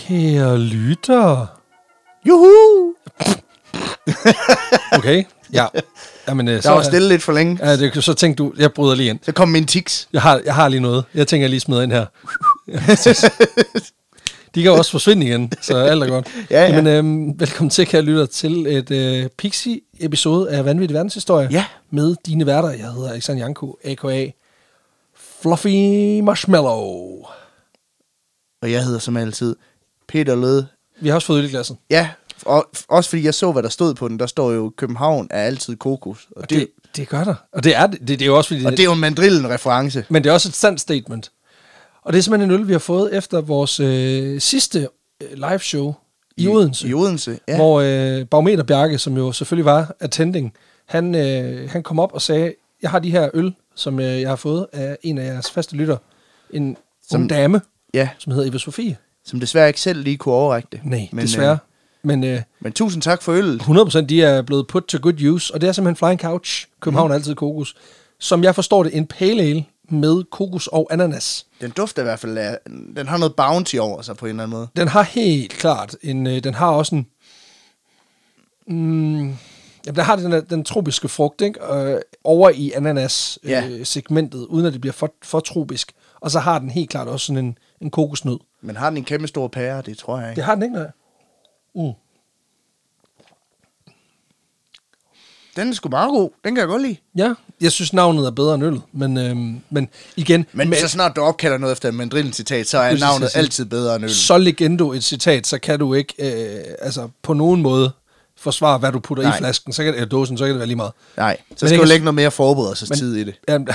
Kære lytter. Juhu! Okay, ja. Jamen, der var stille lidt for længe. Ja, så tænkte du, jeg bryder lige ind. Så kom min tics. Jeg har lige noget. Jeg tænker, jeg lige smider ind her. De kan også forsvinde igen, så alt er godt. Ja. Men velkommen til, kære lytter, til et Pixie-episode af Vanvittig Verdenshistorie. Ja. Med dine værter. Jeg hedder Alexander Janko, a.k.a. Fluffy Marshmallow. Og jeg hedder som altid Peter Løde. Vi har også fået øl i glasset. Ja, og også fordi jeg så, hvad der stod på den. Der står jo, København er altid kokos. Og det gør der. Og det er jo også fordi... Og det er jo en mandrillen-reference. Men det er også et sandt statement. Og det er simpelthen en øl, vi har fået efter vores sidste live show i Odense. I Odense, ja. Hvor Barometer Bjarke, som jo selvfølgelig var attending, han kom op og sagde, jeg har de her øl, som jeg har fået af en af jeres faste lytter. En ung dame, ja, som hedder Eva Sofie. Som desværre ikke selv lige kunne overrække det. Nej, desværre. Men tusind tak for øllet. 100% de er blevet put to good use, og det er simpelthen Flying Couch, København altid kokos. Som jeg forstår det, en pale ale med kokos og ananas. Den dufter i hvert fald af, den har noget bounty over sig på en eller anden måde. Den har helt klart den har også en den har den tropiske frugt, ikke? Over i ananas segmentet, uden at det bliver for tropisk. Og så har den helt klart også sådan en kokosnød. Men har den en kæmpe stor pære? Det tror jeg ikke. Det har den ikke, nej. Den er sgu meget god. Den kan jeg godt lide. Ja, jeg synes navnet er bedre end øl, men igen... Men så snart du opkalder noget efter en mandrillen-citat, så er navnet altid bedre end øl. Så legendo et citat, så kan du ikke på nogen måde forsvare, hvad du putter i flasken, så kan det, dåsen, så kan det være lige meget. Nej, så skal du lægge noget mere forberedelsestid i det. Jamen,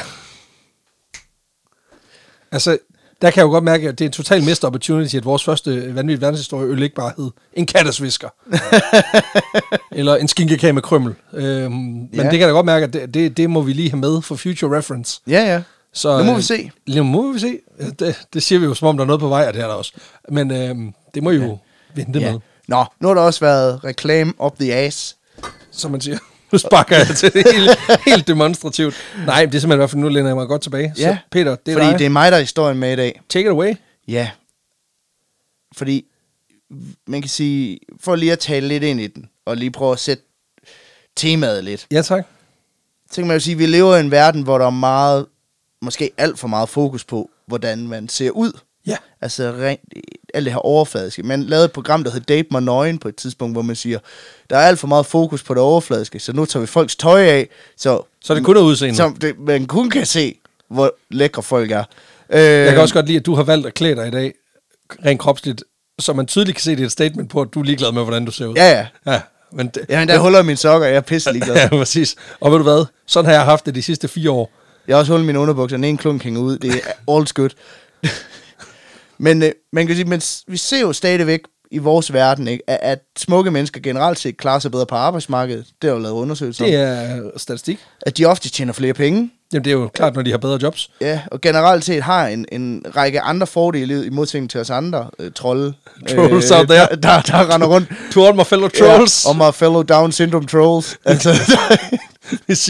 altså, der kan jeg jo godt mærke, at det er en total missed opportunity, at vores første vanvittige verdenshistorie øl ikke bare hed en kattesvisker. Eller en skinkekage med krymmel. Men det kan jeg da godt mærke, at det må vi lige have med for future reference. Ja. Så, nu må vi se. Nu må vi se. Det siger vi jo, som om der er noget på vej, og det er der også. Men det må jo vente med. Nå, nu har der også været reklame up the ass. Som man siger. Nu sparker jeg til det helt demonstrativt. Nej, det er simpelthen i hvert fald, nu læner jeg mig godt tilbage. Ja, så Peter, det er fordi dig. det er mig, der er historien med i dag. Take it away. Ja. Fordi, man kan sige, for lige at tale lidt ind i den, og lige prøve at sætte temaet lidt. Ja, tak. Så kan man jo sige, at vi lever i en verden, hvor der er meget, måske alt for meget fokus på, hvordan man ser ud. Ja. Altså alt det her overfladiske. Man lavede et program, der hed Date mig nøgen på et tidspunkt, hvor man siger, der er alt for meget fokus på det overfladiske, så nu tager vi folks tøj af, så det kun er udseende. Så man kun kan se, hvor lækre folk er. Jeg kan også godt lide, at du har valgt at klæde dig i dag, rent kropsligt, så man tydeligt kan se, det er et statement på, at du er ligeglad med, hvordan du ser ud. Ja. Men der huller i mine sokker, jeg er pisse ligeglad. Ja, præcis. Og ved du hvad? Sådan har jeg haft det de sidste 4 år. Jeg har også hullet mine underbukser, den ene klunk hænger ud. Det er all's good. Men man kan sige, men vi ser jo stadigvæk i vores verden, ikke, at smukke mennesker generelt set klarer sig bedre på arbejdsmarkedet. Det er jo lavet undersøgelser. Det er statistik. At de ofte tjener flere penge. Jamen, det er jo klart, når de har bedre jobs. Ja, og generelt set har en række andre fordele i modsætning til os andre trolde. Trolls out there. Der render rundt. To all my fellow trolls. Ja, og my fellow Down syndrome trolls. Altså, hvis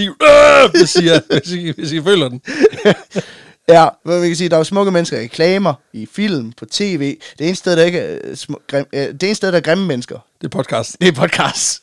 I føler den. Ja, men vi kan sige, der er jo smukke mennesker i reklamer, i film, på tv. Det eneste sted, der ikke er det eneste sted, der er grimme mennesker. Det er podcast. Det er podcast.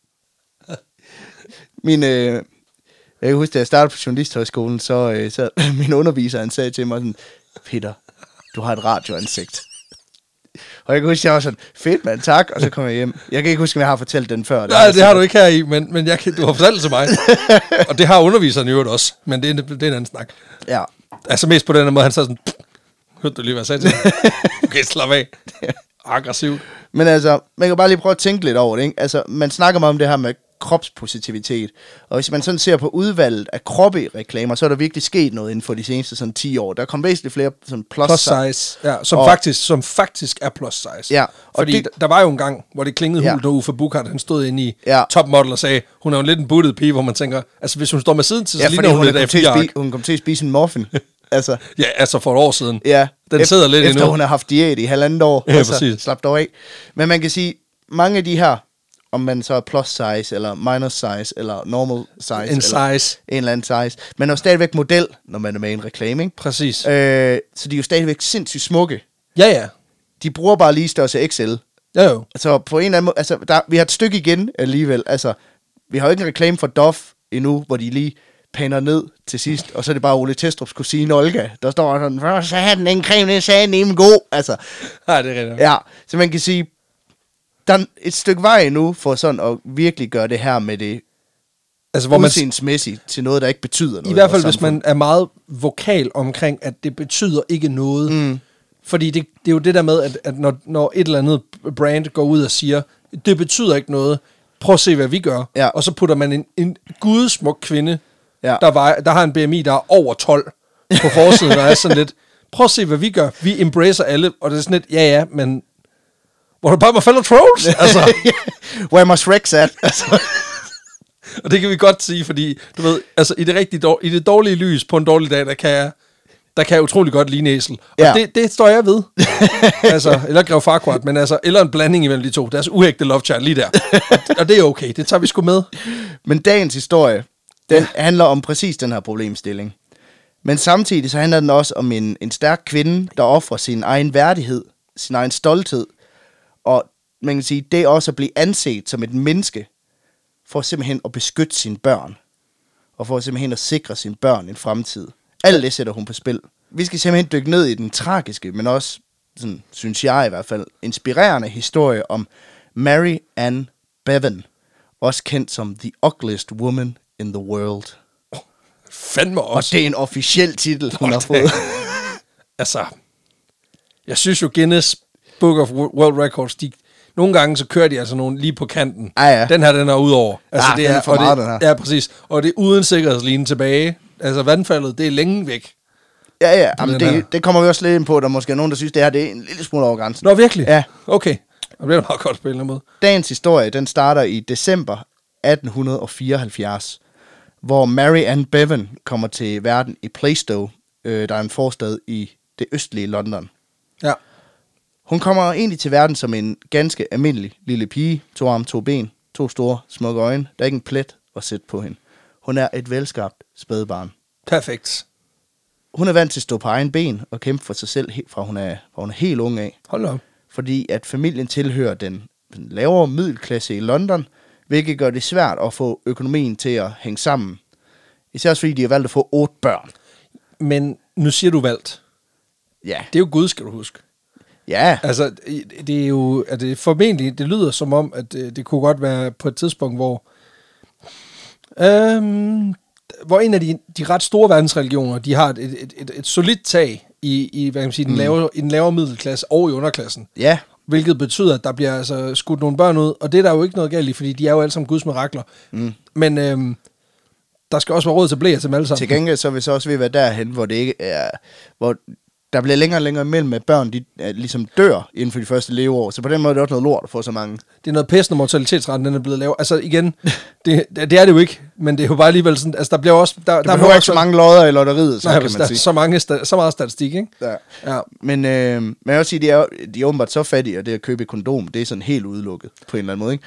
Jeg kan huske, da jeg startede på journalisthøjskolen, så min underviser, han sagde til mig sådan, Peter, du har et radioansigt. Og jeg kan huske, jeg var sådan, fedt mand, tak, og så kom jeg hjem. Jeg kan ikke huske, om jeg har fortalt den før. Nej, det har du ikke her i, men du har fortalt det til mig. Og det har underviseren jo også, men det er en anden snak. Ja. Altså mest på den måde, han sagde sådan, hørte du lige, hvad jeg sagde til dig? Okay, slap af. Aggressivt. Men altså, man kan bare lige prøve at tænke lidt over det, ikke? Altså, man snakker meget om det her med kropspositivitet. Og hvis man sådan ser på udvalget af kroppe i reklamer, så er der virkelig sket noget inden for de seneste sådan 10 år. Der er kommet væsentligt flere sådan plus size. Ja, som faktisk er plus size. Ja, fordi der var jo en gang, hvor det klingede hult, når Uffe Buchhardt, han stod inde i topmodel og sagde, hun er jo lidt en buttet pige, hvor man tænker, altså hvis hun står med siden til, så ligner hun lidt af fire. Hun kom til at spise en muffin. Altså. Ja, altså for et år siden. Ja. Den sidder lidt efter endnu. Hun har haft diæt i 1,5 år. Ja, altså, præcis. Slap dog af. Men man kan sige, mange af de her, om man så er plus size, eller minus size, eller normal size. En size. En eller anden size. Man er jo stadigvæk model, når man er med i en reklame, ikke? Præcis. Så de er jo stadigvæk sindssygt smukke. Ja. de bruger bare lige størrelse XL. Ja jo. Altså på en eller anden måde, altså vi har et stykke igen alligevel. Altså, vi har jo ikke en reklame for Dove endnu, hvor de lige paner ned til sidst, og så er det bare Ole Testrups kusine Olga, der står sådan, så havde den en creme, den sagde den god. Altså, Nej, det er rigtigt. ja, så man kan sige, der er et stykke vej endnu for sådan at virkelig gøre det her med det Altså, hvor man udseendsmæssigt til noget, der ikke betyder noget. I hvert fald, hvis man er meget vokal omkring, at det betyder ikke noget. Mm. Fordi det er jo det der med, at når et eller andet brand går ud og siger, det betyder ikke noget, prøv at se, hvad vi gør. Ja. Og så putter man en gudsmuk kvinde, ja. der har en BMI, der er over 12 på forsiden, og er sådan lidt, prøv at se, hvad vi gør. Vi embracer alle, og det er sådan lidt, ja, men hvor du bare my fellow trolls? Altså. Where my Shreks at? Altså. Og det kan vi godt sige, fordi, du ved, altså i det dårlige lys på en dårlig dag, der kan jeg utrolig godt lide Næsel. Og ja. det står jeg ved. Altså, eller Grev Farquaad, men altså, eller en blanding imellem de to. Deres uægte love child lige der. Og det er okay, det tager vi sgu med. Men dagens historie, den handler om præcis den her problemstilling. Men samtidig så handler den også om en stærk kvinde, der offrer sin egen værdighed, sin egen stolthed. Og man kan sige, det er også at blive anset som et menneske, for simpelthen at beskytte sine børn. Og for simpelthen at sikre sine børn en fremtid. Alt det sætter hun på spil. Vi skal simpelthen dykke ned i den tragiske, men også, sådan, synes jeg i hvert fald, inspirerende historie om Mary Ann Bevan. Også kendt som The Ugliest Woman in the World. Fandme også. Og det er en officiel titel, hun har fået. Altså, jeg synes jo Guinness Book of World Records, nogle gange så kører de altså nogen lige på kanten. Ja. Den her, den er udover. Altså, det er for meget, den her. Ja, præcis. Og det er uden sikkerhedsline tilbage. Altså, vandfaldet, det er længe væk. Ja. Jamen, det kommer vi også lidt ind på. Der måske er nogen, der synes, det her det er en lille smule over grænsen. Nå, virkelig? Ja. Okay. Det bliver meget godt på en eller anden måde. Dagens historie, den starter i december 1874, hvor Mary Ann Bevan kommer til verden i Plaistow, der er en forstad i det østlige London. Ja. Hun kommer egentlig til verden som en ganske almindelig lille pige. 2 arme, 2 ben, 2 store, smukke øjne. Der er ikke en plet at sætte på hende. Hun er et velskabt spædbarn. Perfekt. Hun er vant til at stå på egen ben og kæmpe for sig selv, fra hun er helt ung af. Hold op. Fordi at familien tilhører den lavere middelklasse i London, hvilket gør det svært at få økonomien til at hænge sammen. Især også fordi de har valgt at få 8 børn. Men nu siger du valgt. Ja. Det er jo Gud, skal du huske. Ja. Altså, det er jo, at det formentlig, det lyder som om, at det kunne godt være på et tidspunkt, hvor en af de ret store verdensreligioner, de har et solidt tag i hvad kan man sige, i den lavere middelklasse og i underklassen. Ja. Hvilket betyder, at der bliver altså skudt nogle børn ud, og det er der jo ikke noget galt i, fordi de er jo alle sammen Guds mirakler. Men der skal også være råd til blære til dem alle sammen. Til gengæld så vil så også være derhen, hvor det ikke er, hvor der bliver længere og længere imellem, at børn de ligesom dør inden for de første leveår. Så på den måde er det også noget lort at få så mange. Det er noget pest, når mortalitetsraten den er blevet lav. Altså igen, det er det jo ikke, men det er jo bare alligevel sådan, altså der bliver også... Der bliver ikke så mange lodder i lotteriet, så nej, kan man sige. Så meget statistik, ikke? Ja. Men jeg vil også sige, de er åbenbart så fattige, og det at købe et kondom, det er sådan helt udelukket på en eller anden måde, ikke?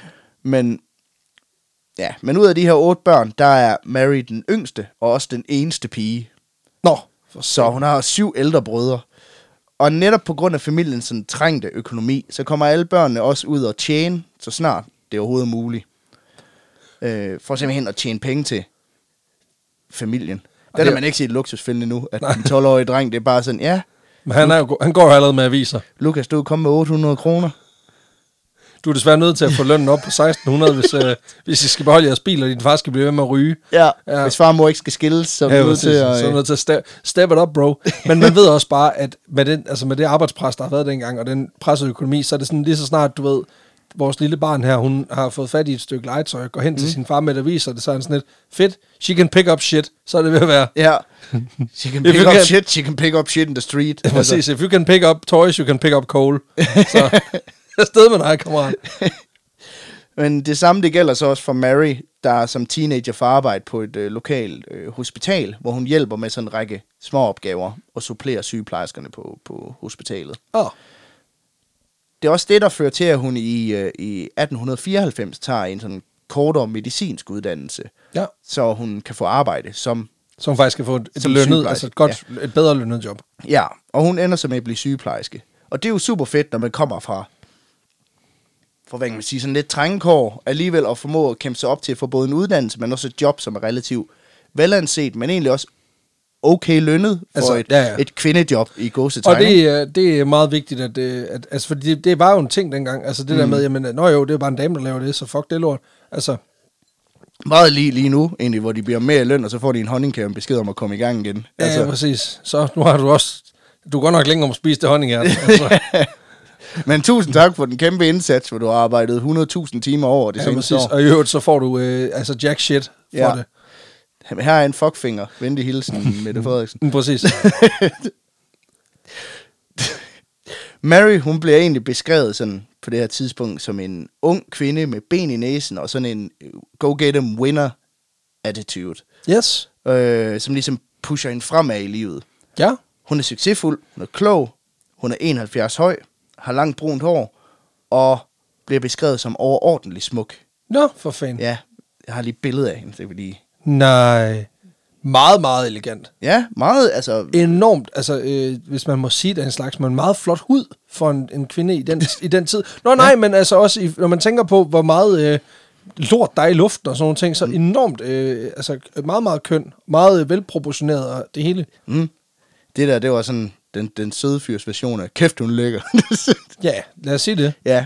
Men ud af de her 8 børn, der er Mary den yngste, og også den eneste pige. Nå. Så hun har 7 ældre brødre. Og netop på grund af familiens sådan trængte økonomi, så kommer alle børnene også ud og tjene, så snart det er overhovedet muligt. For simpelthen at tjene penge til familien. Det har man ikke set et luksusfilm endnu, at en 12-årig dreng, det er bare sådan, ja. Men han går jo allerede med aviser. Lukas, du er kommet med 800 kroner. Du er desværre nødt til at få lønnen op på 1600, hvis I skal beholde jeres bil, og din far skal blive ved med at ryge. Ja. Hvis far og mor ikke skal skilles, så er du nødt til at step it up, bro. Men man ved også bare, at med det arbejdspres, der har været dengang, og den pressede økonomi, så er det sådan lige så snart, du ved, vores lille barn her, hun har fået fat i et stykke legetøj, går hen til sin far med et avis, og det så er sådan lidt, fedt, she can pick up shit, så er det ved at være. Ja, she can pick up shit, she can pick up shit in the street. Ja, præcis, if you can pick up toys, you can pick up coal. Så afsted med dig, kammerat. Men det samme, det gælder så også for Mary, der som teenager får arbejde på et lokalt hospital, hvor hun hjælper med sådan en række små opgaver og supplerer sygeplejerskerne på hospitalet. Det er også det, der fører til, at hun i 1894 tager en sådan kortere medicinsk uddannelse, så hun kan få arbejde som faktisk kan få et lønnet, altså et bedre lønnet job. Ja, og hun ender så med at blive sygeplejerske. Og det er jo super fedt, når man kommer fra hvad kan man sige, sådan lidt trængekår, alligevel at formå at kæmpe sig op til at få både en uddannelse, men også et job, som er relativt velanset, men egentlig også okay lønnet for et kvindejob i gåsetegn. Og det er meget vigtigt, at altså, fordi det var jo en ting dengang, altså det der med, jamen, det er bare en dame, der laver det, så fuck det lort. Altså. Meget lige nu, egentlig, hvor de bliver mere i løn, og så får de en honningkære besked om at komme i gang igen. Altså. Ja, præcis. Så nu har du også, du går nok længere om at spise det honning her. Altså. Men tusind tak for den kæmpe indsats, hvor du har arbejdet 100.000 timer over det seneste år. Og i øvrigt, så får du jack shit for det. Her er en fuckfinger. Venlig hilsen, Mette Frederiksen. Præcis. Mary, hun bliver egentlig beskrevet sådan på det her tidspunkt som en ung kvinde med ben i næsen og sådan en go-get-em winner attitude. Yes. Som ligesom pusher hende fremad i livet. Ja. Hun er succesfuld, hun er klog, hun er 71 høj, har langt brunt hår og bliver beskrevet som overordentlig smuk. Nå, for fanden. Ja, jeg har lige billede af hende, så lige. Nej. Meget, meget elegant. Ja, meget, altså. Enormt, altså, hvis man må sige det en slags, men meget flot hud for en kvinde i den tid. Nej, men altså også, når man tænker på, hvor meget lort der er i luften og sådan nogle ting, så enormt, altså meget, meget køn, meget velproportioneret og det hele. Det var sådan den søde fyrs version af, kæft hun lækker. Ja, lad os sige det. Ja.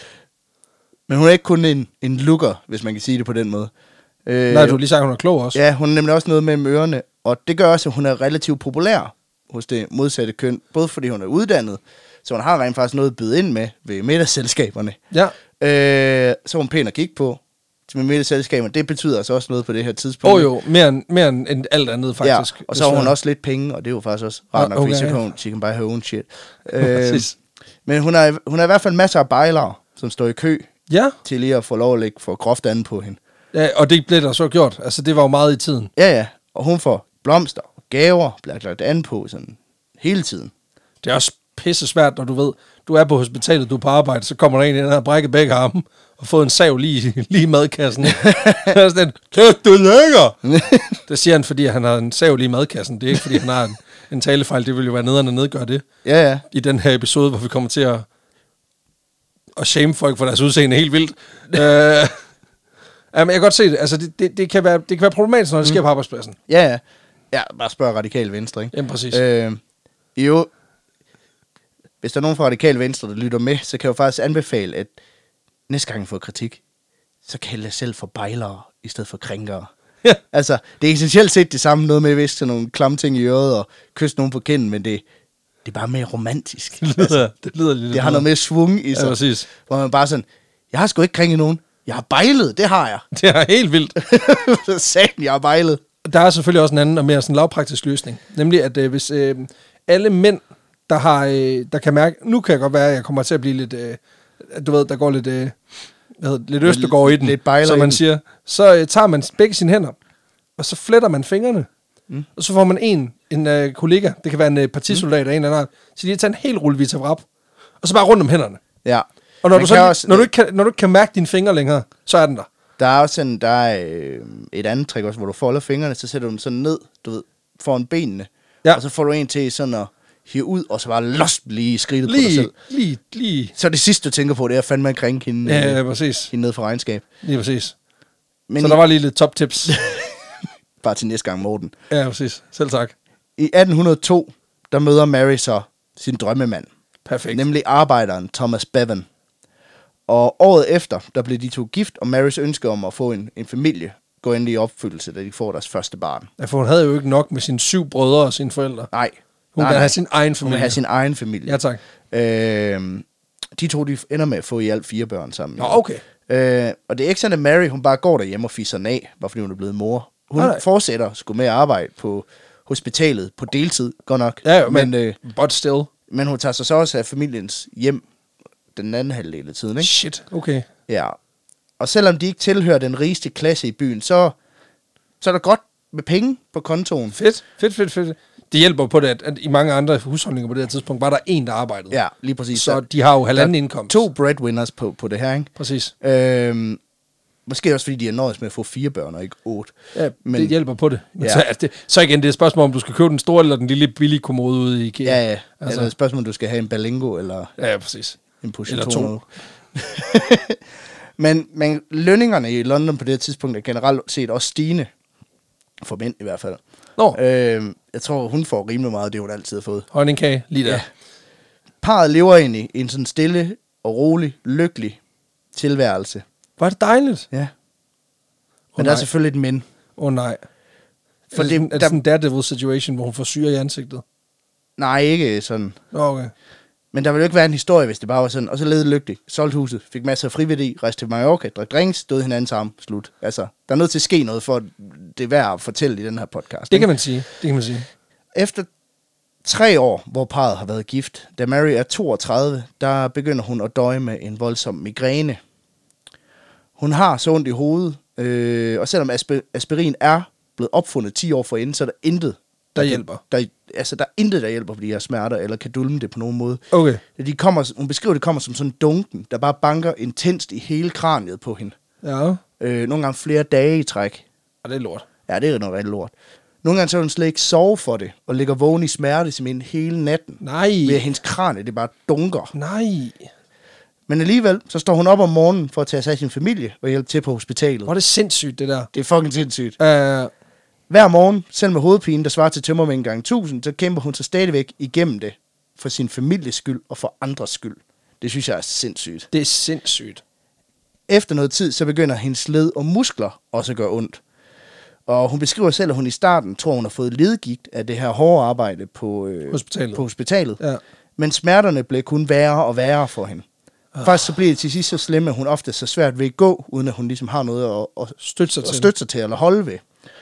Men hun er ikke kun en looker, hvis man kan sige det på den måde. Nej, du har lige sagt, hun er klog også. Ja, hun er nemlig også noget med ørerne, og det gør også, at hun er relativt populær hos det modsatte køn, både fordi hun er uddannet, så hun har rent faktisk noget at byde ind med ved middagsselskaberne. Ja. Så er hun pæn at kigge på med middagsselskaberne. Det betyder altså også noget på det her tidspunkt. Jo, mere end alt andet faktisk. Ja, og så har hun også lidt penge, og det er jo faktisk også rart nok, fordi she can buy her own shit. Men hun har i hvert fald masser af bejlere, som står i kø til lige at få lov at lægge for groft an på hende. Ja, og det blev der så gjort. Altså, det var jo meget i tiden. Ja, og hun får blomster og gaver, bliver lagt an på sådan hele tiden. Det er også pisse svært, når du ved, du er på hospitalet, du er på arbejde, så kommer der en ind og har brækket begge arme og fået en sav lige i madkassen. Sådan, kæft, du er lækker! Det siger han, fordi han har en sav lige i madkassen. Det er ikke, fordi han har en talefejl. Det vil jo være nederen at nedgøre det. Ja. I den her episode, hvor vi kommer til at shame folk for deres udseende helt vildt. Men jeg kan godt se det. Altså, det kan være problematisk, når det sker på arbejdspladsen. Ja, bare spørg Radikal Venstre, ikke? Jamen, præcis. Jo, hvis der er nogen fra Radikal Venstre, der lytter med, så kan jeg jo faktisk anbefale, at næste gang I får kritik, så kald jer selv for bejlere, i stedet for krænkere. Ja. Altså, det er essentielt set det samme, noget med at viste nogle klamme ting i øret og kysse nogen på kinden, men det er bare mere romantisk. Det lyder lidt. Det har noget mere svung i sig. Ja, præcis. Hvor man bare sådan, jeg har sgu ikke krænket nogen. Jeg har bejlet, det har jeg. Det er helt vildt. Satan, jeg har bejlet. Der er selvfølgelig også en anden og mere sådan lavpraktisk løsning. Nemlig, at hvis alle mænd, der kan mærke, nu kan jeg godt være, at jeg kommer til at blive lidt, du ved, der går lidt Østergaard i den, lidt som man siger. Så tager man begge sine hænder, og så fletter man fingrene. Og så får man en kollega, det kan være en partisoldat af en eller anden, så de tager en hel rulle Vitavrap, og så bare rundt om hænderne. Ja. Og når du ikke kan mærke dine fingre længere, så er den der. Der er også et andet trick også, hvor du folder fingrene, så sætter du dem sådan ned, du ved, foran benene. Ja. Og så får du en til sådan at hive ud, og så bare lost lige i skridtet på dig selv. Lige. Så det sidste, du tænker på, det er fandme at krænke hende, præcis. Hende ned fra regnskab. Lige præcis. Men så der var lige lidt top tips. Bare til næste gang, Morten. Ja, præcis. Selv tak. I 1802, der møder Mary så sin drømmemand. Perfekt. Nemlig arbejderen Thomas Bevan. Og året efter, der blev de to gift, og Marys ønske om at få en familie går endelig i opfyldelse, da de får deres første barn. Ja, for hun havde jo ikke nok med sine 7 brødre og sine forældre. Nej. Hun kan have sin egen familie. Hun vil have sin egen familie. Ja, tak. De to, de ender med at få i alt 4 børn sammen. Nå, okay. Og det er ikke sådan, at Mary, hun bare går derhjemme og fisser af, bare fordi hun er blevet mor. Hun fortsætter sgu med at arbejde på hospitalet på deltid, godt nok. Ja, men but still. Men hun tager sig så også af familiens hjem den anden halvdel af tiden, ikke? Shit, okay. Ja. Og selvom de ikke tilhører den rigeste klasse i byen, så er der godt med penge på kontoen. Fedt. Det hjælper på det, at i mange andre husholdninger på det her tidspunkt, var der en, der arbejdede. Ja, lige præcis. Så de har jo halvanden indkomst. 2 breadwinners på det her, ikke? Præcis. Måske også, fordi de er nøjes med at få 4 børn, og ikke 8. Ja, men det hjælper på det. Men Ja. så igen, det er et spørgsmål, om du skal købe den store eller den lille billige kommode ude i IKEA. Ja. Altså et spørgsmål, om du skal have en Berlingo, eller Ja, præcis. en Push Eller 200. men lønningerne i London på det her tidspunkt er generelt set også stigende. For mænd i hvert fald. Nå, Jeg tror, hun får rimelig meget, det hun altid har fået. honningkage, lige der. Ja. Parret lever egentlig i en sådan stille og rolig, lykkelig tilværelse. Var det dejligt? Ja. Men der er selvfølgelig et men. Nej. For er det sådan en Daredevil situation, hvor hun får syre i ansigtet? Nej, ikke sådan. Okay. Men der ville jo ikke være en historie, hvis det bare var sådan. Og så levede lykkelig, solgte huset, fik masser af friværdi, rejste til Mallorca, drak drinks, døde hinandens arm, slut. Altså, der er nødt til at ske noget, for at det er værd at fortælle i den her podcast. Det kan man sige. Efter 3 år, hvor parret har været gift, da Mary er 32, der begynder hun at døje med en voldsom migræne. Hun har så ondt i hovedet, og selvom aspirin er blevet opfundet 10 år forinden, så er der intet, Der hjælper. Der er intet, der hjælper på de her smerter, eller kan dulme det på nogen måde. Okay. Hun beskriver, det kommer som sådan en dunken, der bare banker intenst i hele kraniet på hende. Ja. Nogle gange flere dage i træk. Og det er lort. Ja, det er noget rigtig lort. Nogle gange så vil hun slet ikke sove for det, og ligger vågen i smerte simpelthen hele natten. Nej. Ved at hendes kranie, det bare dunker. Nej. Men alligevel, så står hun op om morgenen for at tage sig af sin familie og hjælpe til på hospitalet. Hvor er det sindssygt, det der. Det er fucking sindssygt. Uh, Hver morgen, selv med hovedpine, der svarer til tømmermænd gange 1000, så kæmper hun sig stadigvæk igennem det. For sin families skyld og for andres skyld. Det synes jeg er sindssygt. det er sindssygt. Efter noget tid, så begynder hendes led og muskler også at gøre ondt. Og hun beskriver selv, at hun i starten tror, hun har fået ledgigt af det her hårde arbejde på hospitalet. Ja. Men smerterne blev kun værre og værre for hende. Faktisk så blev det til sidst så slemt, at hun ofte så svært ved at gå, uden at hun ligesom har noget at Støtte sig til. eller holde ved.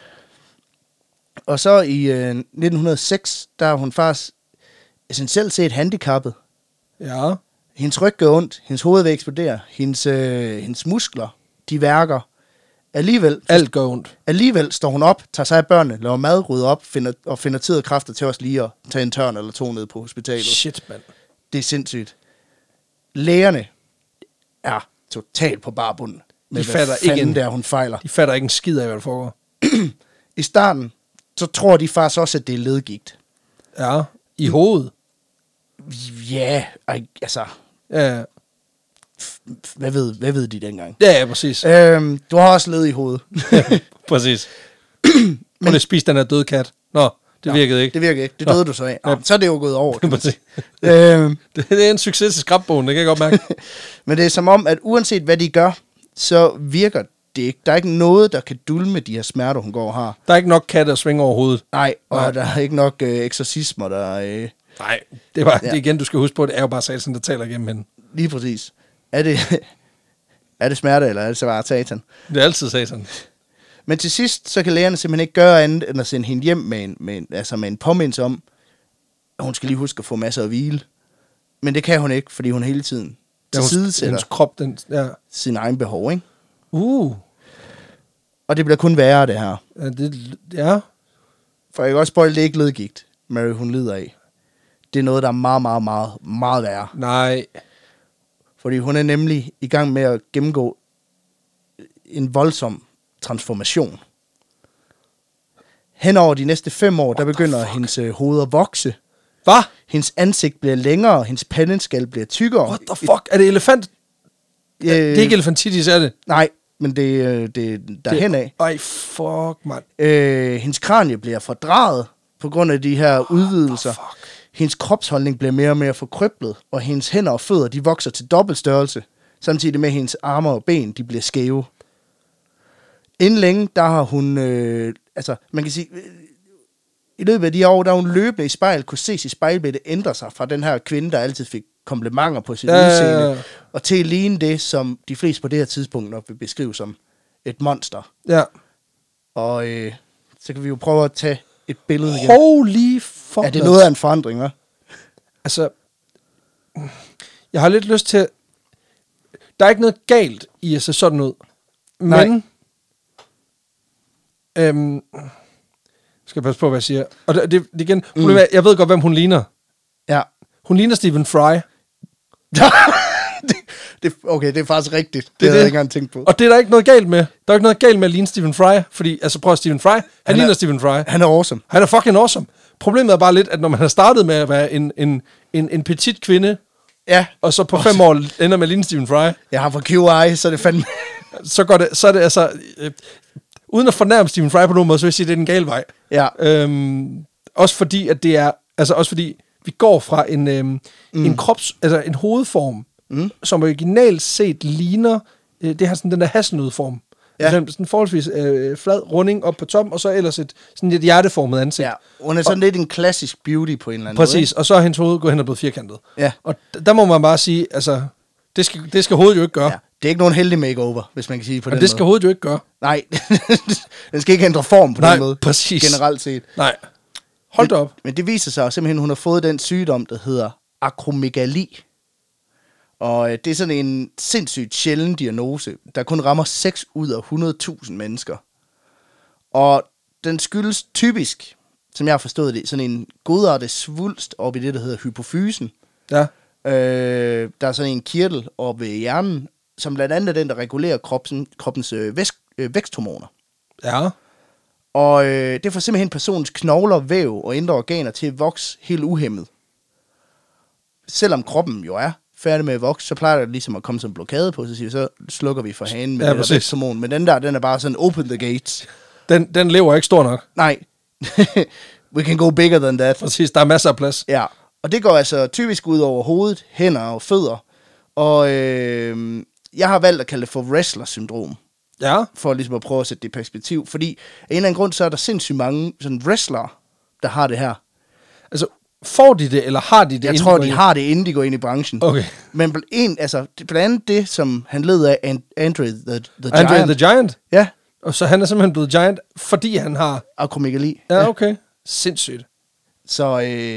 Og så i 1906, der er hun faktisk essentielt set handicappet. Ja. Hendes ryg gør ondt, hendes hoved vil eksplodere, hendes muskler, de værker. Alt går ondt. Alligevel står hun op, tager sig af børnene, laver mad, rydder op, finder tid og kræfter til os lige at tage en tørn eller 2 ned på hospitalet. Shit, mand. Det er sindssygt. Lægerne er totalt på barbund. De fatter ikke en der hun fejler. De fatter ikke en skid af, hvad der foregår. I starten, så tror de faktisk også, at det er ledgigt. Ja. I hovedet. Ja, altså, Ja. hvad ved de dengang? Ja, præcis. Du har også led i hovedet. Præcis. Hun har spist den her døde kat. Nå, det virkede ikke. Det virkede ikke. Det døde du så af. Ja. Så er det jo gået over. Præcis. Det er en succes til skrabbogen, det kan jeg godt mærke. Men det er som om, at uanset hvad de gør, så virker det ikke. Der er ikke noget, der kan dulme de her smerter, hun går og har. Der er ikke nok katte at svinge over hovedet. Nej, og der er ikke nok eksorcismer, der... Nej, det var det igen, du skal huske på, det er jo bare satan, der taler igennem hende. Lige præcis. Er det smerte, eller er det så bare satan? Det er altid satan. Men til sidst, så kan lægerne simpelthen ikke gøre andet, end at sende hende hjem med en påmindelse om, at hun skal lige huske at få masser af hvile. Men det kan hun ikke, fordi hun hele tiden tilsidesætter hendes krop, sin egen behov, ikke? Og det bliver kun værre, det her. Ja. For jeg kan også spoil, det er ikke ledgigt, Mary hun lider af. Det er noget, der er meget, meget, meget, meget værre. Nej. Fordi hun er nemlig i gang med at gennemgå en voldsom transformation. Henover de næste 5 år, der begynder hendes hoved at vokse. Hvad? Hendes ansigt bliver længere, hendes pandeskal bliver tykkere. What the fuck? Er det elefant? Det er ikke elefantitis, er det? Nej, men det er derhenad. Ej, fuck, mand. Hendes kranie bliver fordrejet på grund af de her udvidelser. Hendes kropsholdning bliver mere og mere forkryblet, og hendes hænder og fødder, de vokser til dobbelt størrelse, samtidig med hendes arme og ben, de bliver skæve. Inden længe, der har hun, man kan sige, i løbet af de år, der hun løbende i spejl, kunne se sit spejlbillede ændre sig fra den her kvinde, der altid fik komplimenter på sit udseende, og til at ligne det, som de fleste på det her tidspunkt nok vil beskrive som et monster. Ja. Og så kan vi jo prøve at tage et billede igen. Holy fuck. Er det noget af en forandring, hva'? Altså, jeg har lidt lyst til... Der er ikke noget galt i at se sådan ud. Men... skal jeg passe på, hvad jeg siger. Og det igen, problemet er, jeg ved godt, hvem hun ligner. Ja. Hun ligner Stephen Fry. det det er faktisk rigtigt. Det havde jeg ikke engang tænkt på. Og det er der ikke noget galt med. Der er ikke noget galt med at ligne Stephen Fry, fordi, altså prøv at Stephen Fry, han ligner Stephen Fry. Han er awesome. Han er fucking awesome. Problemet er bare lidt, at når man har startet med at være en petit kvinde, Ja. og så på 5 år ender med at ligne Stephen Fry, Jeg har fra QI, så er det fandme... så er det altså... uden at fornærme Stephen Fry på nogen måde, så vil jeg sige, at det er den gale vej. Ja. Også fordi, at det er... Altså også fordi, vi går fra en krops... Altså en hovedform, som originalt set ligner... det har sådan den der hasselnødform. Ja. Sådan en forholdsvis flad runding op på toppen, og så ellers sådan et hjerteformet ansigt. Ja, hun er sådan lidt en klassisk beauty på en eller anden Præcis, og så er hendes hoved gået hen og blevet firkantet. Ja. Og der må man bare sige, altså, det skal hovedet jo ikke gøre. Ja. Det er ikke nogen heldig makeover, hvis man kan sige på den det skal måde. hovedet jo ikke gøre. Nej, den skal ikke ændre form på den måde. Præcis. Generelt set. Nej, hold da op. Men det viser sig simpelthen, at hun har fået den sygdom, der hedder akromegali. Og det er sådan en sindssygt sjælden diagnose, der kun rammer 6 ud af 100.000 mennesker. Og den skyldes typisk, som jeg har forstået det, sådan en godartet svulst oppe i det, der hedder hypofysen. Ja. Der er sådan en kirtel oppe ved hjernen, som blandt andet er den, der regulerer kroppens væksthormoner. Ja. Og det får simpelthen personens knogler, væv og indre organer til at vokse helt uhæmmet. Selvom kroppen jo er færdig med at vokse, så plejer det ligesom at komme som en blokade på, så siger vi, så slukker vi for hanen med det der væksthormon. Men den er bare sådan, open the gates. Den lever ikke stor nok. Nej. We can go bigger than that. Præcis, der er masser af plads. Ja, og det går altså typisk ud over hovedet, hænder og fødder. Og jeg har valgt at kalde det for wrestler-syndrom. Ja. For ligesom at prøve at sætte det i perspektiv. Fordi af en eller anden grund, så er der sindssygt mange sådan wrestlere, der har det her. Altså, får de det, eller har de det? Jeg tror, de har det, inden de går ind i branchen. Okay. Men blandt andet det, som han led af, Andre the Giant. Andre the Giant? Ja. Og så han er simpelthen blevet giant, fordi han har... akromegali. Ja, okay. Sindssygt. Så...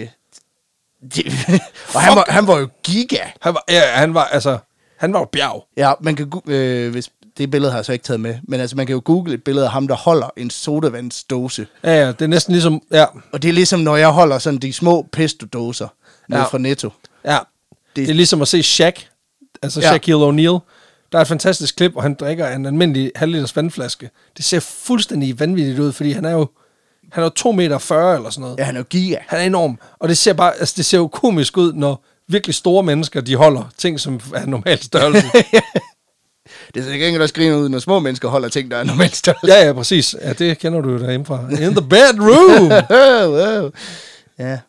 og han var jo giga. Han var jo bjerg. Ja, man kan... hvis det billede har jeg så ikke taget med, men altså man kan jo google et billede af ham, der holder en sodavandsdose. Ja, det er næsten ligesom... Ja. Og det er ligesom, når jeg holder sådan de små pesto-dåser nede fra Netto. Ja, det er ligesom at se Shaq, altså Shaquille O'Neal. Der er et fantastisk klip, hvor han drikker en almindelig halvliters vandflaske. Det ser fuldstændig vanvittigt ud, fordi han er jo 2,40 meter eller sådan noget. Ja, han er jo giga. Han er enorm. Og det ser bare, altså det ser jo komisk ud, når virkelig store mennesker, de holder ting, som er normal størrelse. Det ser ikke også griner ud, når små mennesker holder ting, der er normal størrelse. Ja, præcis. Ja, det kender du jo derhjemmefra. In the bedroom! Wow. Ja.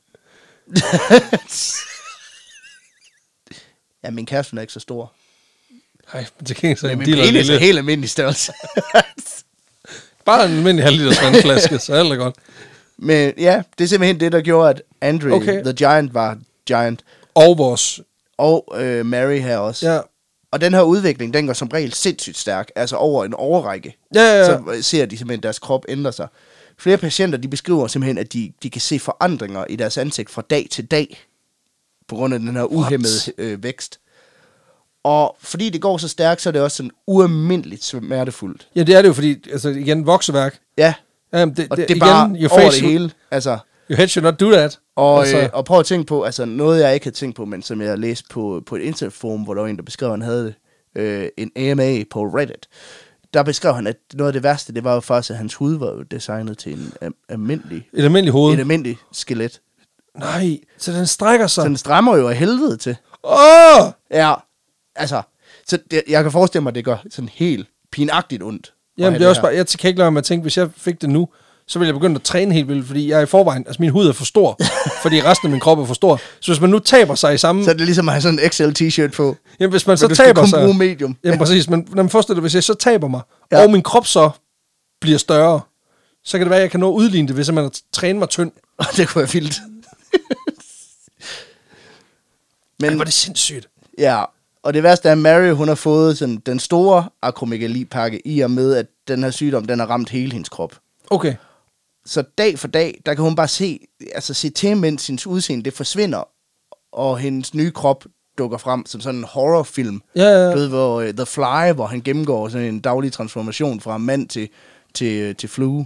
Ja, min kæreste er ikke så stor. Nej, det kan ikke så en lille. Helt almindelig størrelse. Bare en almindelig halvliters vandflaske, så alt er godt. Men ja, det er simpelthen det, der gjorde, at Andre the Giant var giant. Og Mary her også. Ja. Og den her udvikling, den går som regel sindssygt stærk. Altså over en årrække. Ja. Så ser de simpelthen, deres krop ændrer sig. Flere patienter, de beskriver simpelthen, at de kan se forandringer i deres ansigt fra dag til dag. På grund af den her uhæmmede vækst. Og fordi det går så stærkt, så er det også sådan ualmindeligt smertefuldt. Ja, det er det jo, fordi, altså igen, vokseværk. Ja, og det er igen, bare over det hele. Altså, your head should not do that. Og prøv at tænke på, altså noget jeg ikke havde tænkt på, men som jeg læste på et internetforum, hvor der var en, der beskrev, han havde det, en AMA på Reddit. Der beskrev han, at noget af det værste, det var jo faktisk, at hans hud var jo designet til en almindelig... Et almindeligt hoved? Et almindeligt skelet. Nej, så den strækker sig? Så den strammer jo af helvede til. Ja, altså... Så jeg kan forestille mig, at det gør sådan helt pinagtigt ondt. Jamen, det er også bare... Jeg kan ikke lade mig at tænke, hvis jeg fik det nu, så ville jeg begynde at træne helt vildt, fordi jeg er i forvejen... Altså, min hud er for stor, fordi resten af min krop er for stor. Så hvis man nu taber sig i samme... Så er det ligesom at have sådan en XL-t-shirt på. Jamen, hvis man så taber sig... bruge medium. Jamen, præcis. Men når man forestiller det, hvis jeg så taber mig, og min krop så bliver større, så kan det være, at jeg kan nå at udligne det, hvis man træner mig tynd. Det kunne være vildt. Men var det sindssygt. Ja, og det værste er, at Mary, hun har fået sådan den store akromegali-pakke i og med, at den her sygdom, den har ramt hele hendes krop. Okay. Så dag for dag, der kan hun bare se til, mens hendes udseende, det forsvinder, og hendes nye krop dukker frem som sådan en horrorfilm. Ja. Du ved, hvor The Fly, hvor han gennemgår sådan en daglig transformation fra mand til flue.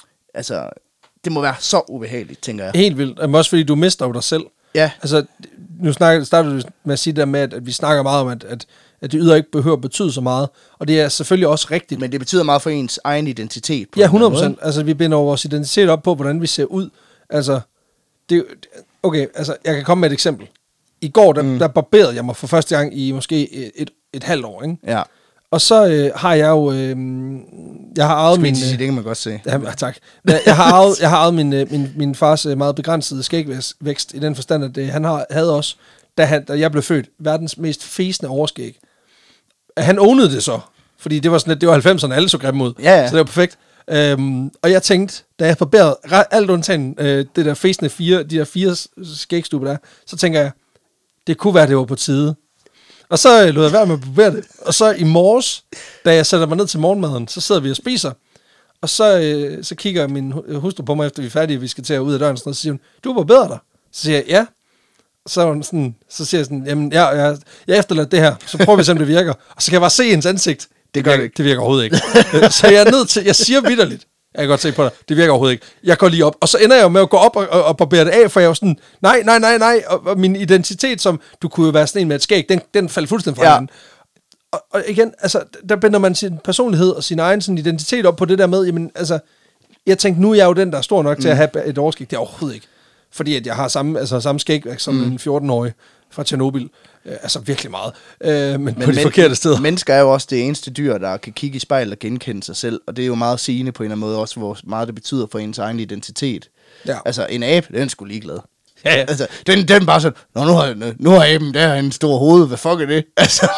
Altså, det må være så ubehageligt, tænker jeg. Helt vildt. Men også fordi du mister jo dig selv. Ja. Altså, nu starter du med at sige der med, at vi snakker meget om, at det ydre ikke behøver at betyde så meget. Og det er selvfølgelig også rigtigt. Men det betyder meget for ens egen identitet. På ja, 100%. Altså, vi binder vores identitet op på, hvordan vi ser ud. Altså, okay, altså, jeg kan komme med et eksempel. I går, der barberede jeg mig for første gang i måske et halvt år, ikke? Ja. Og så har jeg jo... jeg har arvet min... Det kan man godt se. Ja, tak. Jeg har arvet min fars meget begrænsede skægvækst i den forstand, at han havde også, da jeg blev født, verdens mest fæsende overskæg. Han ownede det så, fordi det var sådan, at det var 90'erne, alle så grimme ud. Ja. Så det var perfekt. Og jeg tænkte, da jeg barberede alt undtagen det der fæsende de der 4 skægstube der, så tænker jeg, det kunne være, det var på tide. Og så lod jeg være med at barbere det. Og så i morges, da jeg sætter mig ned til morgenmaden, så sidder vi og spiser. Og så kigger min hustru på mig, efter vi er færdige, vi skal til at ud af døren, og sådan noget, så siger hun, du har barberet dig. Så siger jeg, ja. Så siger jeg sådan, jamen, jeg efterlader det her, så prøver vi se, om det virker. Og så kan jeg bare se hendes ansigt. Det gør det ikke. Det virker overhovedet ikke. Så jeg siger vitterligt, jeg kan godt se på dig, det virker overhovedet ikke. Jeg går lige op, og så ender jeg jo med at gå op og barbere det af, for jeg er jo sådan, nej, og min identitet, som du kunne jo være sådan en med et skæg, den faldt fuldstændig fra hinanden. Og igen, altså, der binder man sin personlighed og sin egen sådan, identitet op på det der med, jamen, altså, jeg tænkte, nu er jeg jo den, der er stor nok til at have et overskæg. Det er overhovedet ikke. Fordi at jeg har samme skægvæk som en 14-årig fra Tjernobyl. Altså virkelig meget. Men på de forkerte steder. Mennesker er jo også det eneste dyr, der kan kigge i spejlet og genkende sig selv. Og det er jo meget sigende på en eller anden måde, også hvor meget det betyder for ens egen identitet. Ja. Altså en abe, den er sgu ligeglad. Ja. Altså, den bare sådan, nu har aben der en stor hoved, hvad fuck er det? Altså...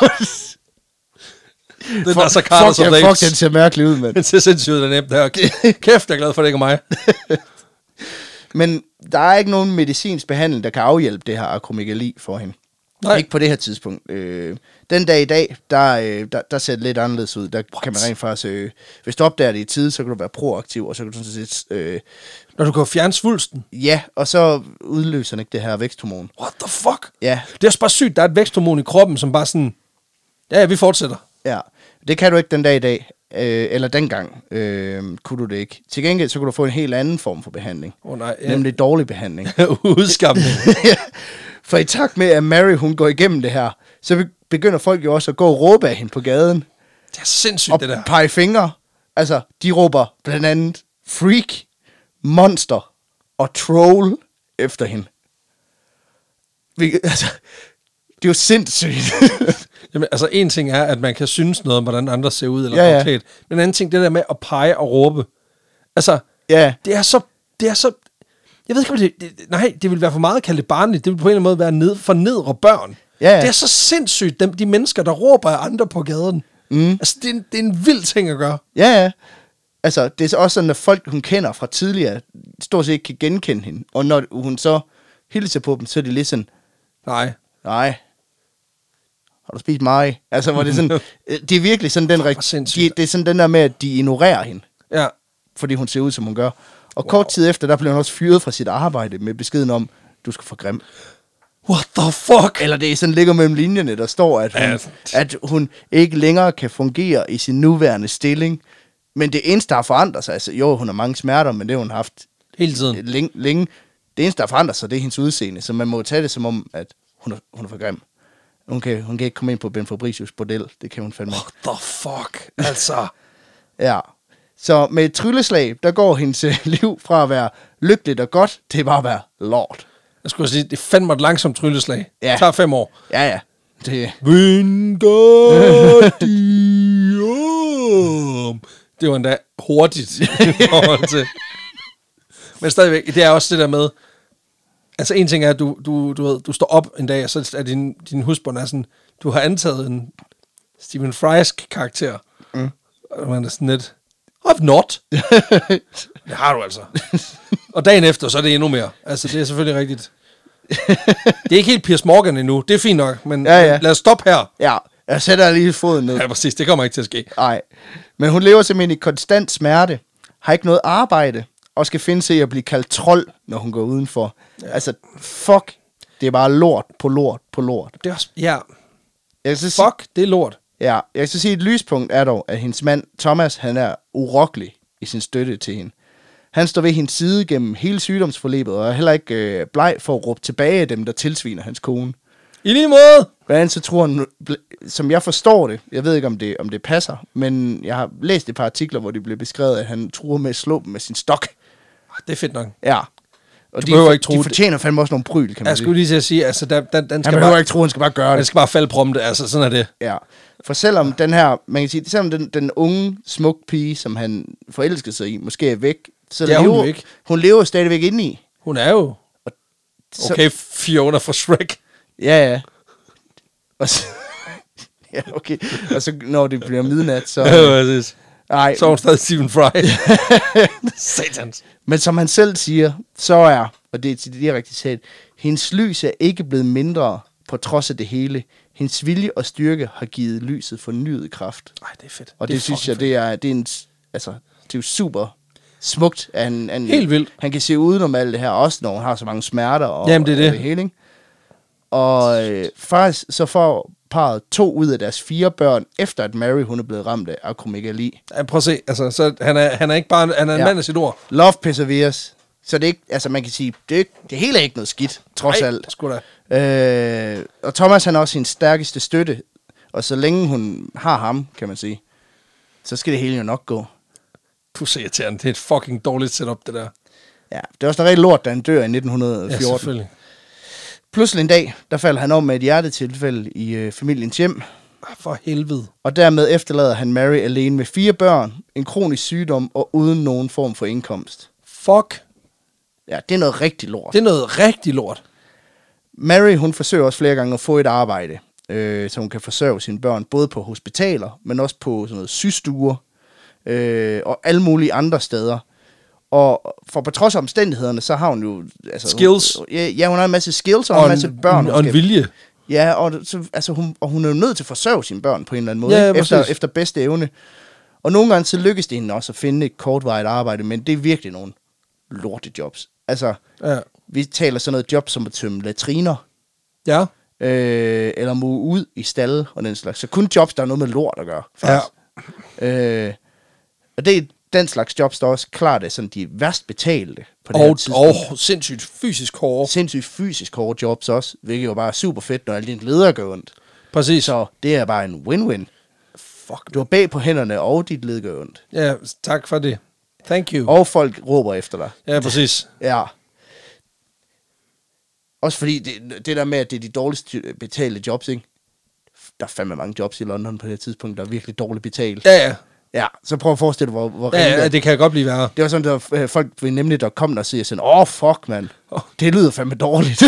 Den er så Carter som Fuck, den ser mærkelig ud, mand. Den ser sindssygt ud, den abe der. Kæft, jeg er glad for, det ikke er mig. Men der er ikke nogen medicinsk behandling, der kan afhjælpe det her akromegali for hende. Nej. Ikke på det her tidspunkt. Den dag i dag, der ser det lidt anderledes ud. Der kan man rent faktisk... hvis du opdager det i tide, så kan du være proaktiv, og så kan du sådan set... Når du kan fjerne svulsten? Ja, og så udløser den ikke det her væksthormon. What the fuck? Ja. Det er også bare sygt, der er et væksthormon i kroppen, som bare sådan... Ja, vi fortsætter. Ja, det kan du ikke den dag i dag. Eller dengang kunne du det ikke. Til gengæld, så kunne du få en helt anden form for behandling. Nej, nemlig dårlig behandling. Udskamning. For i takt med, at Mary hun går igennem det her, så begynder folk jo også at gå og råbe af hende på gaden. Det er sindssygt, det der. Og pege fingre. Altså, de råber blandt andet freak, monster og troll efter hende. Altså, det er jo sindssygt. Jamen, altså, en ting er, at man kan synes noget om, hvordan andre ser ud, eller konkret. Men en anden ting, det der med at pege og råbe. Altså, det er så... Jeg ved ikke, om det vil være for meget at kalde det barnligt. Det vil på en eller anden måde være for nedre børn. Ja. Det er så sindssygt, de mennesker, der råber af andre på gaden. Altså, det er en vild ting at gøre. Ja. Altså, det er også sådan, at folk, hun kender fra tidligere, stort set ikke kan genkende hende. Og når hun så hilser på dem, så er de lidt sådan... Nej. Har du spist mig? Altså, hvor det er sådan... det er virkelig sådan den... det er sådan den der med, at de ignorerer hende. Ja. Fordi hun ser ud, som hun gør. Og kort tid efter, der blev hun også fyret fra sit arbejde med beskeden om, du skal få grim. What the fuck? Eller det er sådan ligger mellem linjerne, der står, at hun ikke længere kan fungere i sin nuværende stilling. Men det eneste, der har forandret sig, altså jo, hun har mange smerter, men det har hun haft hele tiden. Længe. Det eneste, der har forandret sig, det er hendes udseende. Så man må tage det som om, at hun er for grim. Hun kan ikke komme ind på Ben Fabricius bordel. Det kan hun fandme. What the fuck? Altså. Ja. Så med et trylleslag, der går hendes liv fra at være lykkeligt og godt, til bare at være lort. Jeg skulle sige, det er fandme et langsomt trylleslag. Ja. Det tager 5 år. Ja. Det var endda hurtigt i forhold til. Men stadigvæk, det er også det der med, altså en ting er, at du står op en dag, og så er din husbund er sådan, du har antaget en Stephen Frysk karakter. Og man er sådan lidt, I've not. Det har du altså. Og dagen efter, så er det endnu mere. Altså, det er selvfølgelig rigtigt. Det er ikke helt Piers Morgan endnu. Det er fint nok, men lad os stoppe her. Ja, jeg sætter lige foden ned. Ja, præcis. Det kommer ikke til at ske. Nej. Men hun lever simpelthen i konstant smerte, har ikke noget arbejde, og skal finde sig i at blive kaldt trold, når hun går udenfor. Ja. Altså, fuck. Det er bare lort på lort på lort. Det er også, fuck, det er lort. Ja, jeg kan så sige, et lyspunkt er dog, at hendes mand, Thomas, han er urokkelig i sin støtte til hende. Han står ved hendes side gennem hele sygdomsforløbet, og er heller ikke bleg for at råbe tilbage af dem, der tilsviner hans kone. I lige måde! Blandt andet så tror han, som jeg forstår det, jeg ved ikke om det passer, men jeg har læst et par artikler, hvor det blev beskrevet, at han truer med at slå dem med sin stok. Det er fedt nok. Ja. Og de fortjener fandme også nogle bryl, kan man sige. Jeg skulle lige til at sige, altså, den skal han behøver ikke tro, han skal bare gøre det. Han skal bare falde prompte, altså, sådan er det. Ja. For selvom den her, man kan sige, selvom den unge, smuk pige, som han forelskede sig i, måske er væk, så hun lever stadigvæk inde i. Hun er jo. Okay, Fiona fra Shrek. Ja. Og så, ja, okay. Og så når det bliver midnat, så... Nej. Så er hun stadig Stephen Fry. Satans. Men som han selv siger, så er, og det er direkte sagt, hendes lys er ikke blevet mindre på trods af det hele. Hendes vilje og styrke har givet lyset fornyet kraft. Nej, det er fedt. Og det synes jeg, det er jo super smukt. Helt vildt. Han kan se udenom alt det her, også når hun har så mange smerter og, jamen, det er det hele, ikke? Og faktisk så får parret 2 ud af deres 4 børn, efter at Mary hun er blevet ramt af akromegali. Ja, prøv at se, altså, så han er ikke bare han er en mand af sit ord. Love perseveres. Så det er ikke, altså man kan sige, det hele er ikke noget skidt, trods alt. Sgu da. Og Thomas han er også hendes stærkeste støtte, og så længe hun har ham, kan man sige, så skal det hele jo nok gå. Du ser til han, det er et fucking dårligt setup, det der. Ja, det er også noget rigtig lort, da han dør i 1914. Ja, selvfølgelig. Pludselig en dag, der falder han om med et hjertetilfælde i familiens hjem. For helvede. Og dermed efterlader han Mary alene med 4 børn, en kronisk sygdom og uden nogen form for indkomst. Fuck. Ja, det er noget rigtig lort. Det er noget rigtig lort. Mary, hun forsøger også flere gange at få et arbejde, så hun kan forsørge sine børn, både på hospitaler, men også på sådan noget sygestuer og alle mulige andre steder. Og for på trods af omstændighederne, så har hun jo... Altså, skills. Hun har en masse skills og en masse børn. Og en vilje. Ja, hun er jo nødt til at forsørge sine børn på en eller anden måde, ja, efter bedste evne. Og nogle gange så lykkes det hende også at finde et kortvarigt arbejde, men det er virkelig nogle lortejobs. Altså, vi taler sådan noget job som at tømme latriner. Ja. Eller må ud i stalde og den slags. Så kun jobs, der er noget med lort at gøre. Faktisk. Ja. Og det er den slags jobs, der også klart er sådan de værst betalte på det her tidspunkt. Og sindssygt fysisk hårde. Sindssygt fysisk hårde jobs også, hvilket jo bare er super fedt, når alle dine ledere gør ondt. Præcis. Så det er bare en win-win. Fuck. Du har bag på hænderne, og dit led gør ondt. Ja, tak for det. Thank you. Og folk råber efter dig. Ja, præcis. Ja. Også fordi det der med, at det er de dårligst betalte jobs, ikke? Der er fandme mange jobs i London på det her tidspunkt, der er virkelig dårligt betalt. Ja. Ja, så prøv at forestille dig, hvor ja, det kan godt blive værre. Det var sådan, der folk vil nemlig, der kom der og siger sådan, fuck, mand. Det lyder fandme dårligt.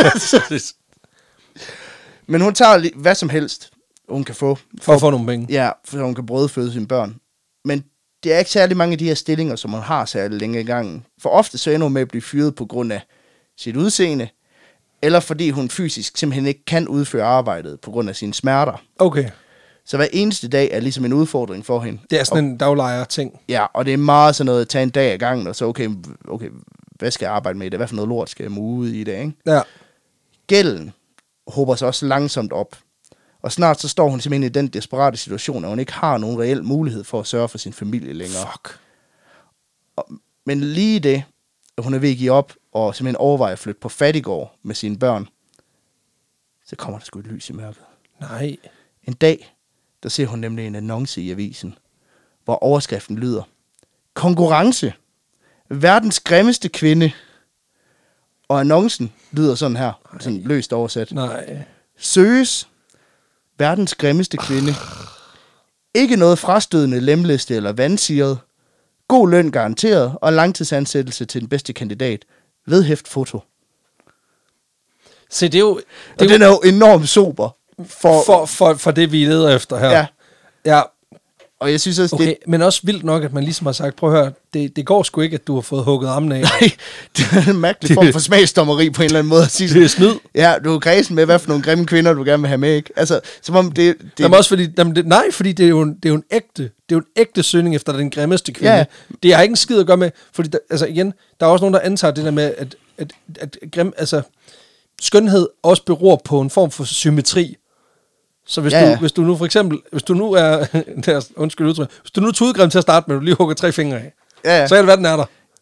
Men hun tager hvad som helst, hun kan få. For at få nogle penge. Ja, for hun kan brødføde sine børn. Men det er ikke særlig mange af de her stillinger, som hun har særlig længe i gangen. For ofte så ender hun med at blive fyret på grund af sit udseende, eller fordi hun fysisk simpelthen ikke kan udføre arbejdet på grund af sine smerter. Okay. Så hver eneste dag er ligesom en udfordring for hende. Det er sådan en daglejer-ting. Ja, og det er meget sådan noget at tage en dag ad gangen, og så okay, hvad skal jeg arbejde med i det? Hvad for noget lort skal jeg muge ud i det, ikke? Ja. Gælden hober sig også langsomt op. Og snart så står hun simpelthen i den desperate situation, at hun ikke har nogen reel mulighed for at sørge for sin familie længere. Fuck. Men lige det, at hun er ved at give op, og simpelthen overvejer at flytte på fattiggård med sine børn, så kommer der sgu et lys i mørket. Nej. En dag, der ser hun nemlig en annonce i avisen, hvor overskriften lyder: konkurrence. Verdens grimmeste kvinde. Og annoncen lyder sådan her, sådan løst oversat. Nej. Søges verdens grimmeste kvinde. Ikke noget frastødende, lemlæste eller vandsiret. God løn garanteret, og langtidsansættelse til den bedste kandidat. Vedhæft foto. Se, det er jo... Den er jo enormt sober. For det, vi leder efter her. Ja. Og jeg synes også, okay, men også vildt nok, at man ligesom har sagt, prøv at høre, det går sgu ikke, at du har fået hugget armen af. Nej, det er en mærkelig form for smagsdommeri på en eller anden måde. Det er snyd. Ja, du er kredsen med, hvad for nogle grimme kvinder, du gerne vil have med, ikke? Altså, som om det... Jamen også fordi, fordi det er jo en ægte søgning efter den grimmeste kvinde. Ja. Det har ikke en skid at gøre med, fordi igen, der er også nogen, der antager det der med, at skønhed også beror på en form for symmetri. Så hvis du nu for eksempel, hvis du nu er, undskyld udtryk, hvis du nu er tudegrim til at starte med, du lige hugger 3 fingre af, så er det, hvad den er der.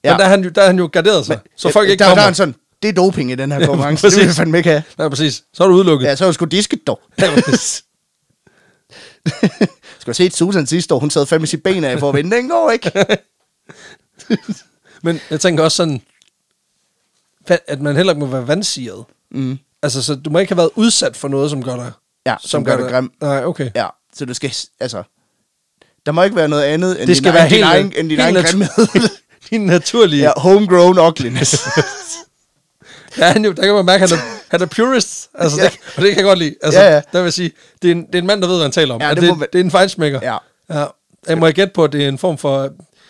Ja. Men der er han jo garderet sig, så folk ikke kommer. Der er en sådan, det er doping i den her konkurrence, det vil jeg fandme ikke have. Ja, præcis. Så er du udelukket. Ja, så er du sgu disket dog. Skal du se Susan sidste år, hun sad fandme sit ben af for at vinde, den går ikke. Men jeg tænker også sådan, at man heller ikke må være vandsiret. Mm. Altså, så du må ikke have været udsat for noget, som gør dig... Ja, som gør dig grim. Nej, okay. Ja, så du skal... Altså, der må ikke være noget andet end det skal være din egen grimhed. Din naturlige... Ja, homegrown ugliness. Ja, der kan man mærke, at han er purist. Altså, ja. og det kan jeg godt lide. Altså, ja. Der vil jeg sige, det er en mand, der ved, hvad han taler om. Ja, det er en fejnsmækker. Ja. Jeg må gætte på, at det er en form for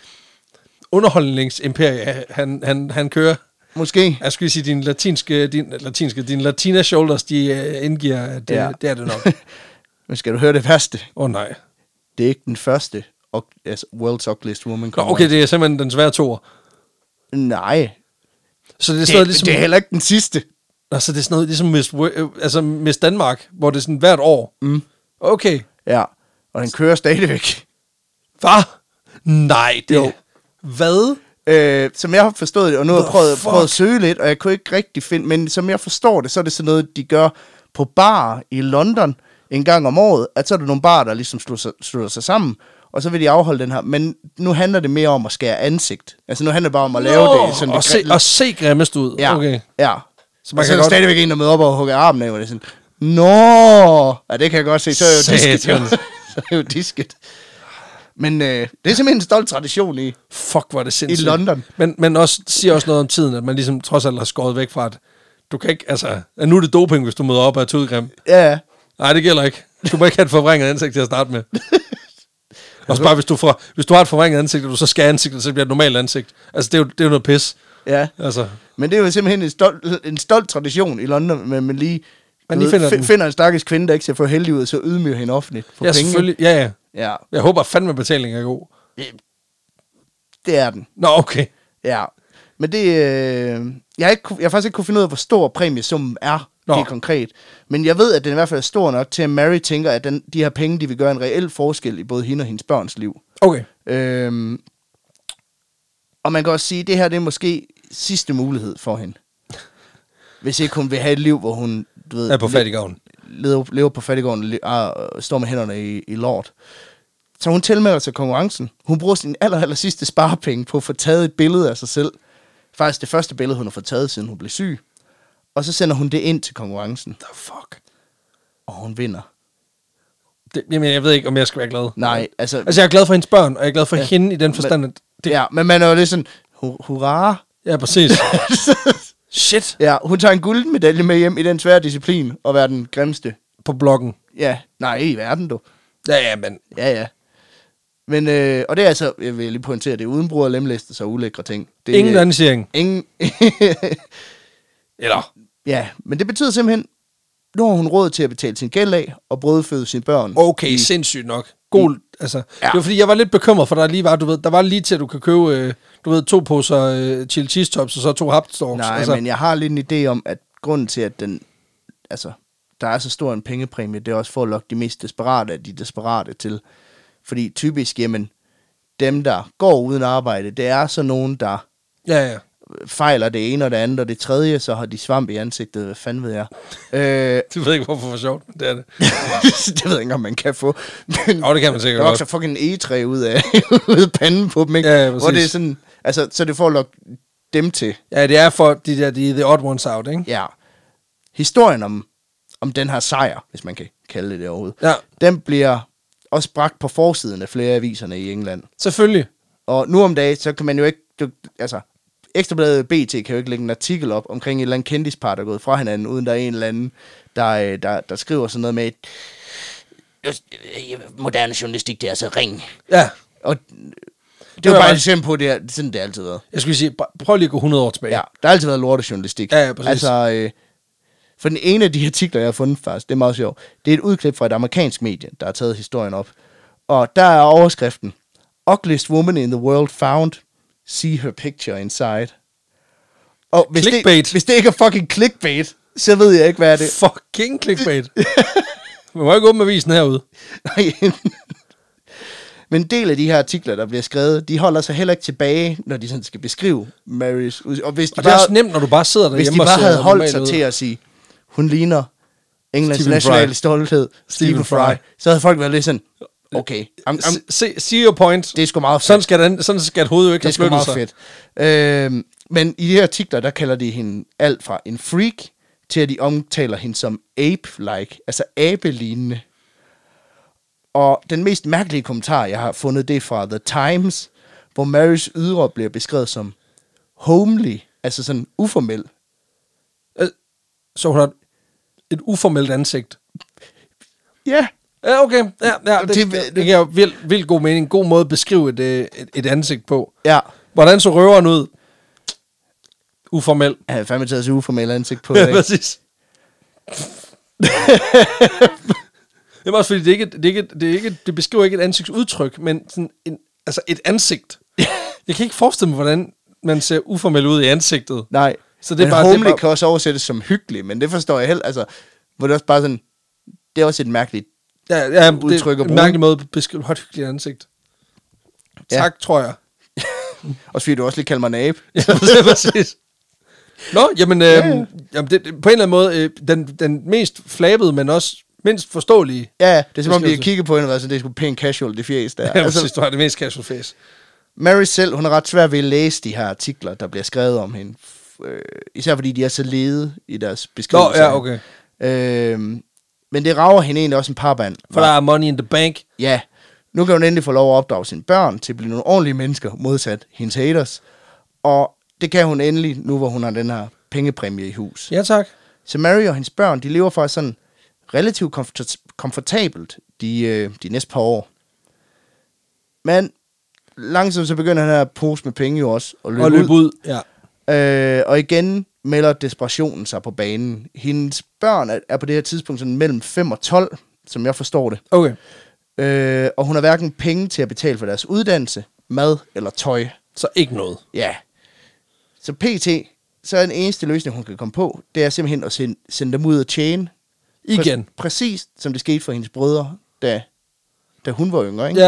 underholdningsimperie, han kører. Måske. Jeg skulle sige, dine latina shoulders, de indgiver, at det er det nok. Men skal du høre det værste? Nej. Det er ikke den første World's Ugliest Woman. Okay, det er simpelthen den svære toer. Nej. Så det er sådan ligesom... Det er heller ikke den sidste. Altså, det er sådan noget ligesom Miss Danmark, hvor det er sådan hvert år. Mm. Okay. Ja, og den kører stadigvæk. Hvad? Nej, det er... Hvad? Som jeg har forstået det, og nu har jeg prøvet at søge lidt, og jeg kunne ikke rigtig finde, men som jeg forstår det, så er det sådan noget, de gør på barer i London en gang om året, at så er der nogle barer, der ligesom slutter sig sammen, og så vil de afholde den her, men nu handler det mere om at skære ansigt. Altså nu handler det bare om at lave det sådan... Og se grimmest ud. Ja, okay. Ja. Så man og kan så er der stadigvæk en, der møder op og hugger armen af, og det er sådan, ja, det kan jeg godt se, så er jo disket. Så er jo disket. Men det er simpelthen en stolt tradition i... Fuck, hvor er det sindssygt. I London. Men også, siger også noget om tiden, at man ligesom trods alt har skåret væk fra, at du kan ikke, altså... At nu er det doping, hvis du møder op og er tudgrim. Ja. Nej, det gælder ikke. Du må ikke have et forvrænget ansigt til at starte med. Også bare, hvis du har et forvrænget ansigt, og du så skal ansigtet, så bliver det et normalt ansigt. Altså, det er jo noget pis. Ja. Altså. Men det er jo simpelthen en stolt tradition i London, men man lige finder en stakkels kvinde, der ikke ser for heldig ud, så ydmyger hende offentligt for penge. Selvfølgelig. Ja. Jeg håber fandme, at betalingen er god. Det er den. Nå, okay. Ja. Men det... Jeg har faktisk ikke kunne finde ud af, hvor stor præmiesummen er helt konkret. Men jeg ved, at den i hvert fald er stor nok til, at Mary tænker, at de her penge, de vil gøre en reel forskel i både hende og hendes børns liv. Okay. Og man kan også sige, at det her det er måske sidste mulighed for hende. Hvis ikke hun vil have et liv, hvor hun... Du ved, er på fattiggården. Lever på fattiggården og står med hænderne i lort. Så hun tilmelder sig konkurrencen. Hun bruger sin aller sidste sparepenge på at få taget et billede af sig selv. Faktisk det første billede, hun har fået taget, siden hun blev syg. Og så sender hun det ind til konkurrencen. The fuck? Og hun vinder. Jamen, jeg ved ikke, om jeg skal være glad. Nej, altså... Altså, jeg er glad for hendes børn, og jeg er glad for hende i den forstand, at... Ja, men man er jo lidt sådan... Hurra! Ja, præcis. Shit. Ja, hun tager en guldmedalje med hjem i den svære disciplin, og være den grimmeste. På bloggen. Ja, nej, i verden, du. Ja, men... Ja. Men, og det er altså, jeg vil lige pointere, det er uden brug af lemlæstes og ulækre ting. Det, ingen lancering. Ingen... Eller... Ja, men det betyder simpelthen, nu har hun råd til at betale sin gæld af, og brødføde sine børn. Okay, sindssygt nok. God, altså... Ja. Det var fordi, jeg var lidt bekymret, for der var lige til, at du kan købe, 2 poser chili cheese tops, og så 2 hapstorks. Nej, altså. Men jeg har lidt en idé om, at grunden til, at der er så stor en pengepræmie, det er også for at lokke de mest desperate af de desperate til. Fordi typisk, jamen, dem, der går uden arbejde, det er så nogen, der fejler det ene og det andet, og det tredje, så har de svamp i ansigtet. Hvad fanden ved jeg? Du ved ikke, hvorfor det var sjovt, men det er det. Det ved jeg ikke, om man kan få. Men det kan man sikkert godt. Der vokser fucking egetræ ud af panden på dem, ikke? Ja, hvor det er sådan, altså, så det får at lokke dem til. Ja, det er for de the odd ones out, ikke? Ja. Historien om den her sejr, hvis man kan kalde det overhovedet, den bliver også bragt på forsiden af flere aviserne i England. Selvfølgelig. Og nu om dagen, så kan man jo ikke... Ekstrabladet BT kan jo ikke lægge en artikel op omkring et eller andet kendispar, der er gået fra hinanden, uden der er en eller anden, der skriver sådan noget med, moderne journalistik, det er altså ring. Ja. Og det var bare et eksempel på, det sådan det altid været. Jeg skulle sige, prøv lige at gå 100 år tilbage. Ja, der har altid været lortejournalistik. Ja, præcis. Altså, for den ene af de artikler, jeg har fundet faktisk, det er meget sjovt, det er et udklip fra et amerikansk medie, der har taget historien op. Og der er overskriften, Ugliest woman in the world found, see her picture inside. Og hvis det ikke er fucking clickbait, så ved jeg ikke, hvad er det. Fucking clickbait. Man må ikke åbne avisen herude. Men en del af de her artikler, der bliver skrevet, de holder sig heller ikke tilbage, når de sådan skal beskrive Marys og hvis de og det er også nemt, når du bare sidder derhjemme. Hvis de bare havde holdt sig til at sige, hun ligner Englands Stephen nationale Fry. stolthed, Stephen Fry, så havde folk været lidt sådan, okay. See your point. Det er sgu meget fedt. Sådan skal et hoved jo ikke det have er sgu flyttet meget sig. fedt. Men i de her artikler, der kalder de hende alt fra en freak, til at de omtaler hende som ape-like, altså abelignende. Og den mest mærkelige kommentar, jeg har fundet, det er fra The Times, hvor Marys ydre bliver beskrevet som homely, altså sådan uformel. Så hun har et uformelt ansigt. Ja. Ja, okay. Ja, det giver jo vildt god mening. God måde at beskrive et ansigt på. Ja. Hvordan så røveren ud? Uformel. Jeg havde fandme taget så uformel ansigt på. Ja, præcis. Det er også fordi, det beskriver ikke et ansigtsudtryk, men sådan et ansigt. Jeg kan ikke forestille mig, hvordan man ser uformel ud i ansigtet. Nej, så det er men bare, homely kan også oversættes som hyggelig, men det forstår jeg heller. Altså, hvor det også bare sådan, det er også et mærkeligt udtryk at bruge. En mærkelig måde at beskrive et hyggeligt ansigt. Ja. Tak, tror jeg. Også fordi du også lige kalder mig en abe. Ja, præcis. Nå, jamen, jamen på en eller anden måde, den mest flabede, men også mindst forståelige. Ja, det er som om, de har kigget på hende, og det er sgu pænt casual, det fjes der. Ja, præcis, du har det mest casual face. Mary selv, hun er ret svær ved at læse de her artikler, der bliver skrevet om hende. Især fordi de er så lede i deres beskrivelser. Ja, okay. Men det rager hende egentlig også en parband. For der er money in the bank. Ja, nu kan hun endelig få lov at opdrage sine børn til at blive nogle ordentlige mennesker, modsat hendes haters. Og det kan hun endelig, nu hvor hun har den her pengepræmie i hus. Ja, tak. Så Mary og hendes børn, de lever faktisk sådan relativt komfortabelt de næste par år. Men langsomt så begynder han her pose med penge jo også at løbe ud. Ja. Og igen melder desperationen sig på banen. Hendes børn er på det her tidspunkt sådan mellem 5 og 12, som jeg forstår det. Okay. Og hun har hverken penge til at betale for deres uddannelse, mad eller tøj. Så ikke noget. Ja. Så pt. Så er den eneste løsning, hun kan komme på, det er simpelthen at sende dem ud og tjene. Igen. Præcis som det skete for hendes brødre, da hun var yngre, ikke? Ja.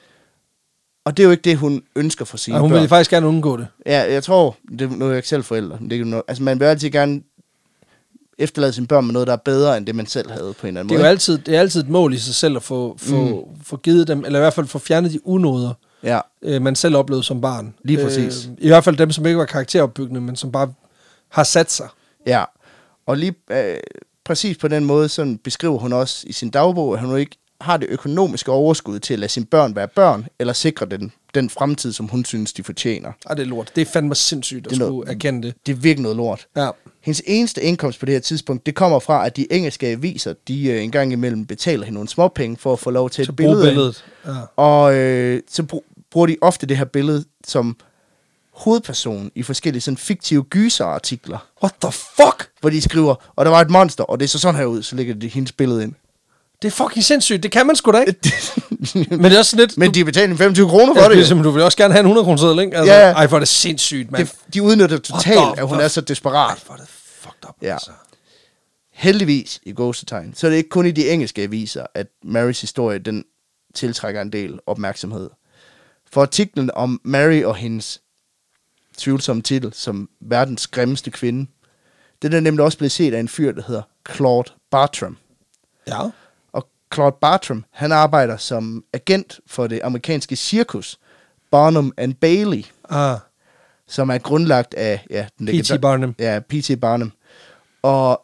Og det er jo ikke det, hun ønsker for sine hun børn. vil faktisk gerne undgå det. Ja, jeg tror, nu er jeg ikke selv forældre. Altså, man vil altid gerne efterlade sine børn med noget, der er bedre, end det, man selv havde på en eller anden måde. Det er altid et mål i sig selv at få givet dem, eller i hvert fald få fjernet de unåder, man selv oplevede som barn. Lige præcis. I hvert fald dem, som ikke var karakteropbyggende, men som bare har sat sig. Ja, og lige præcis på den måde, sådan beskriver hun også i sin dagbog, at hun ikke har det økonomiske overskud til at lade sine børn være børn, eller sikre den fremtid, som hun synes, de fortjener. Det er lort. Det er fandme sindssygt at skulle erkende det. Det er virkelig noget lort. Ja. Hendes eneste indkomst på det her tidspunkt, det kommer fra, at de engelske aviser, de en gang imellem betaler hende nogle småpenge for at få lov til et billede. Ja. Og så bruger de ofte det her billede som hovedperson i forskellige sådan fiktive gyserartikler. What the fuck? Hvor de skriver, og der var et monster, og det er så sådan her ud, så lægger de hendes billede ind. Det er fucking sindssygt. Det kan man sgu da ikke. Men det er også lidt... Men de betaler 25 kroner for det. Ligesom, du vil også gerne have en 100 kroner seddel, ikke? Altså, ej, hvor er det sindssygt, mand. De udnytter totalt, at hun er så desperat. Ej, hvor er det fucked up, altså. Heldigvis, i gåsetegn, så er det ikke kun i de engelske aviser, at Marys historie, den tiltrækker en del opmærksomhed. For artiklen om Mary og hendes tvivlsomme titel som verdens grimmeste kvinde, den er nemlig også blevet set af en fyr, der hedder Claude Bartram. Ja. Og Claude Bartram, han arbejder som agent for det amerikanske cirkus Barnum and Bailey, som er grundlagt af P.T. Barnum. Ja, P.T. Barnum. Og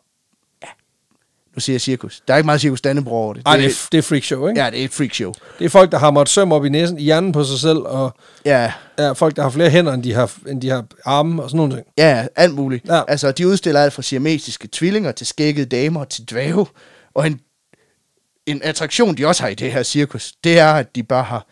nu siger jeg cirkus. Der er ikke meget cirkus Dannebrog over det. Nej, det er freak show, ikke? Ja, det er et freak show. Det er folk, der har måttet søm op i næsen, i hjernen på sig selv, og folk, der har flere hænder, end de har arme, og sådan nogle ting. Ja, alt muligt. Ja. Altså, de udstiller alt fra siamesiske tvillinger til skæggede damer til dvæve. Og en attraktion, de også har i det her cirkus, det er, at de bare har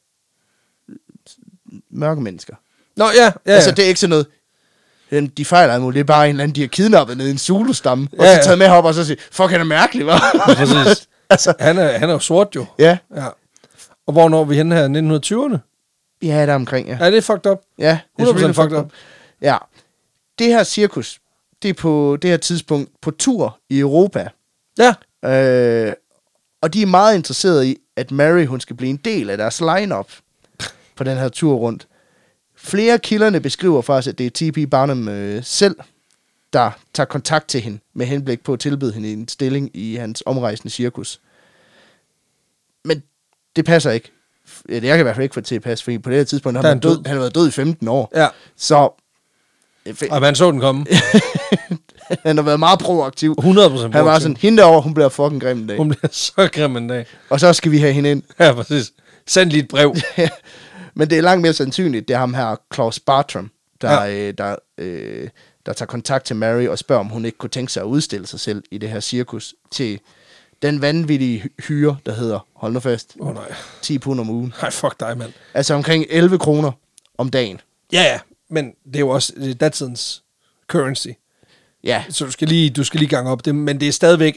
mørke mennesker. Nå, ja. Altså, det er ikke sådan noget... De fejler alt muligt. Det er bare en eller anden, de har kidnappet ned i en Zulu-stamme, og så taget med op og så siger, fuck, han er mærkelig, hva'? Præcis. Altså. Han er jo sort, jo. Ja. Og hvor når vi henne her? 1920'erne? Ja, der omkring, ja. Ja, det er fucked up. Ja, det er 100% fucked up. Ja. Det her cirkus, det er på det her tidspunkt på tur i Europa. Ja. Og de er meget interesserede i, at Mary, hun skal blive en del af deres line-up på den her tur rundt. Flere kilderne beskriver faktisk, at det er T.P. Barnum selv, der tager kontakt til hende, med henblik på at tilbyde hende en stilling i hans omrejsende cirkus. Men det passer ikke. Jeg kan i hvert fald ikke få det til at passe, fordi på det her tidspunkt har han været død i 15 år. Ja. Så... Og man så den komme. Han har været meget proaktiv. 100% proaktiv. Han var sådan, hende derovre, hun bliver fucking grim en dag. Hun bliver så grim en dag. Og så skal vi have hende ind. Ja, præcis. Send lige et brev. Men det er langt mere sandsynligt, det er ham her, Klaus Bartram, der tager kontakt til Mary og spørger, om hun ikke kunne tænke sig at udstille sig selv i det her cirkus til den vanvittige hyre, der hedder, hold nu fast, 10 pund om ugen. Nej, fuck dig, mand. Altså omkring 11 kroner om dagen. Ja, men det er jo også datidens currency. Ja. Så du skal lige gange op det, men det er stadigvæk,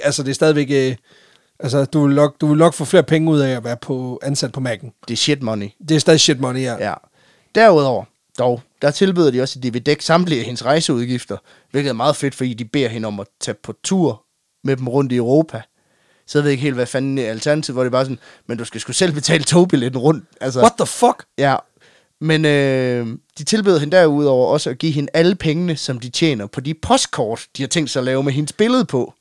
du vil nok få flere penge ud af at være ansat på Mac'en. Det er shit money. Det er stadig shit money, ja. Derudover, der tilbyder de også, at de vil dække samtlige af hendes rejseudgifter, hvilket er meget fedt, fordi de beder hende om at tage på tur med dem rundt i Europa. Så jeg ved ikke helt, hvad fanden er alternativet, hvor det bare sådan, men du skal sgu selv betale togbilletten rundt. Altså, what the fuck? Ja, men de tilbyder hende derudover også at give hende alle pengene, som de tjener på de postkort, de har tænkt sig at lave med hendes billede på.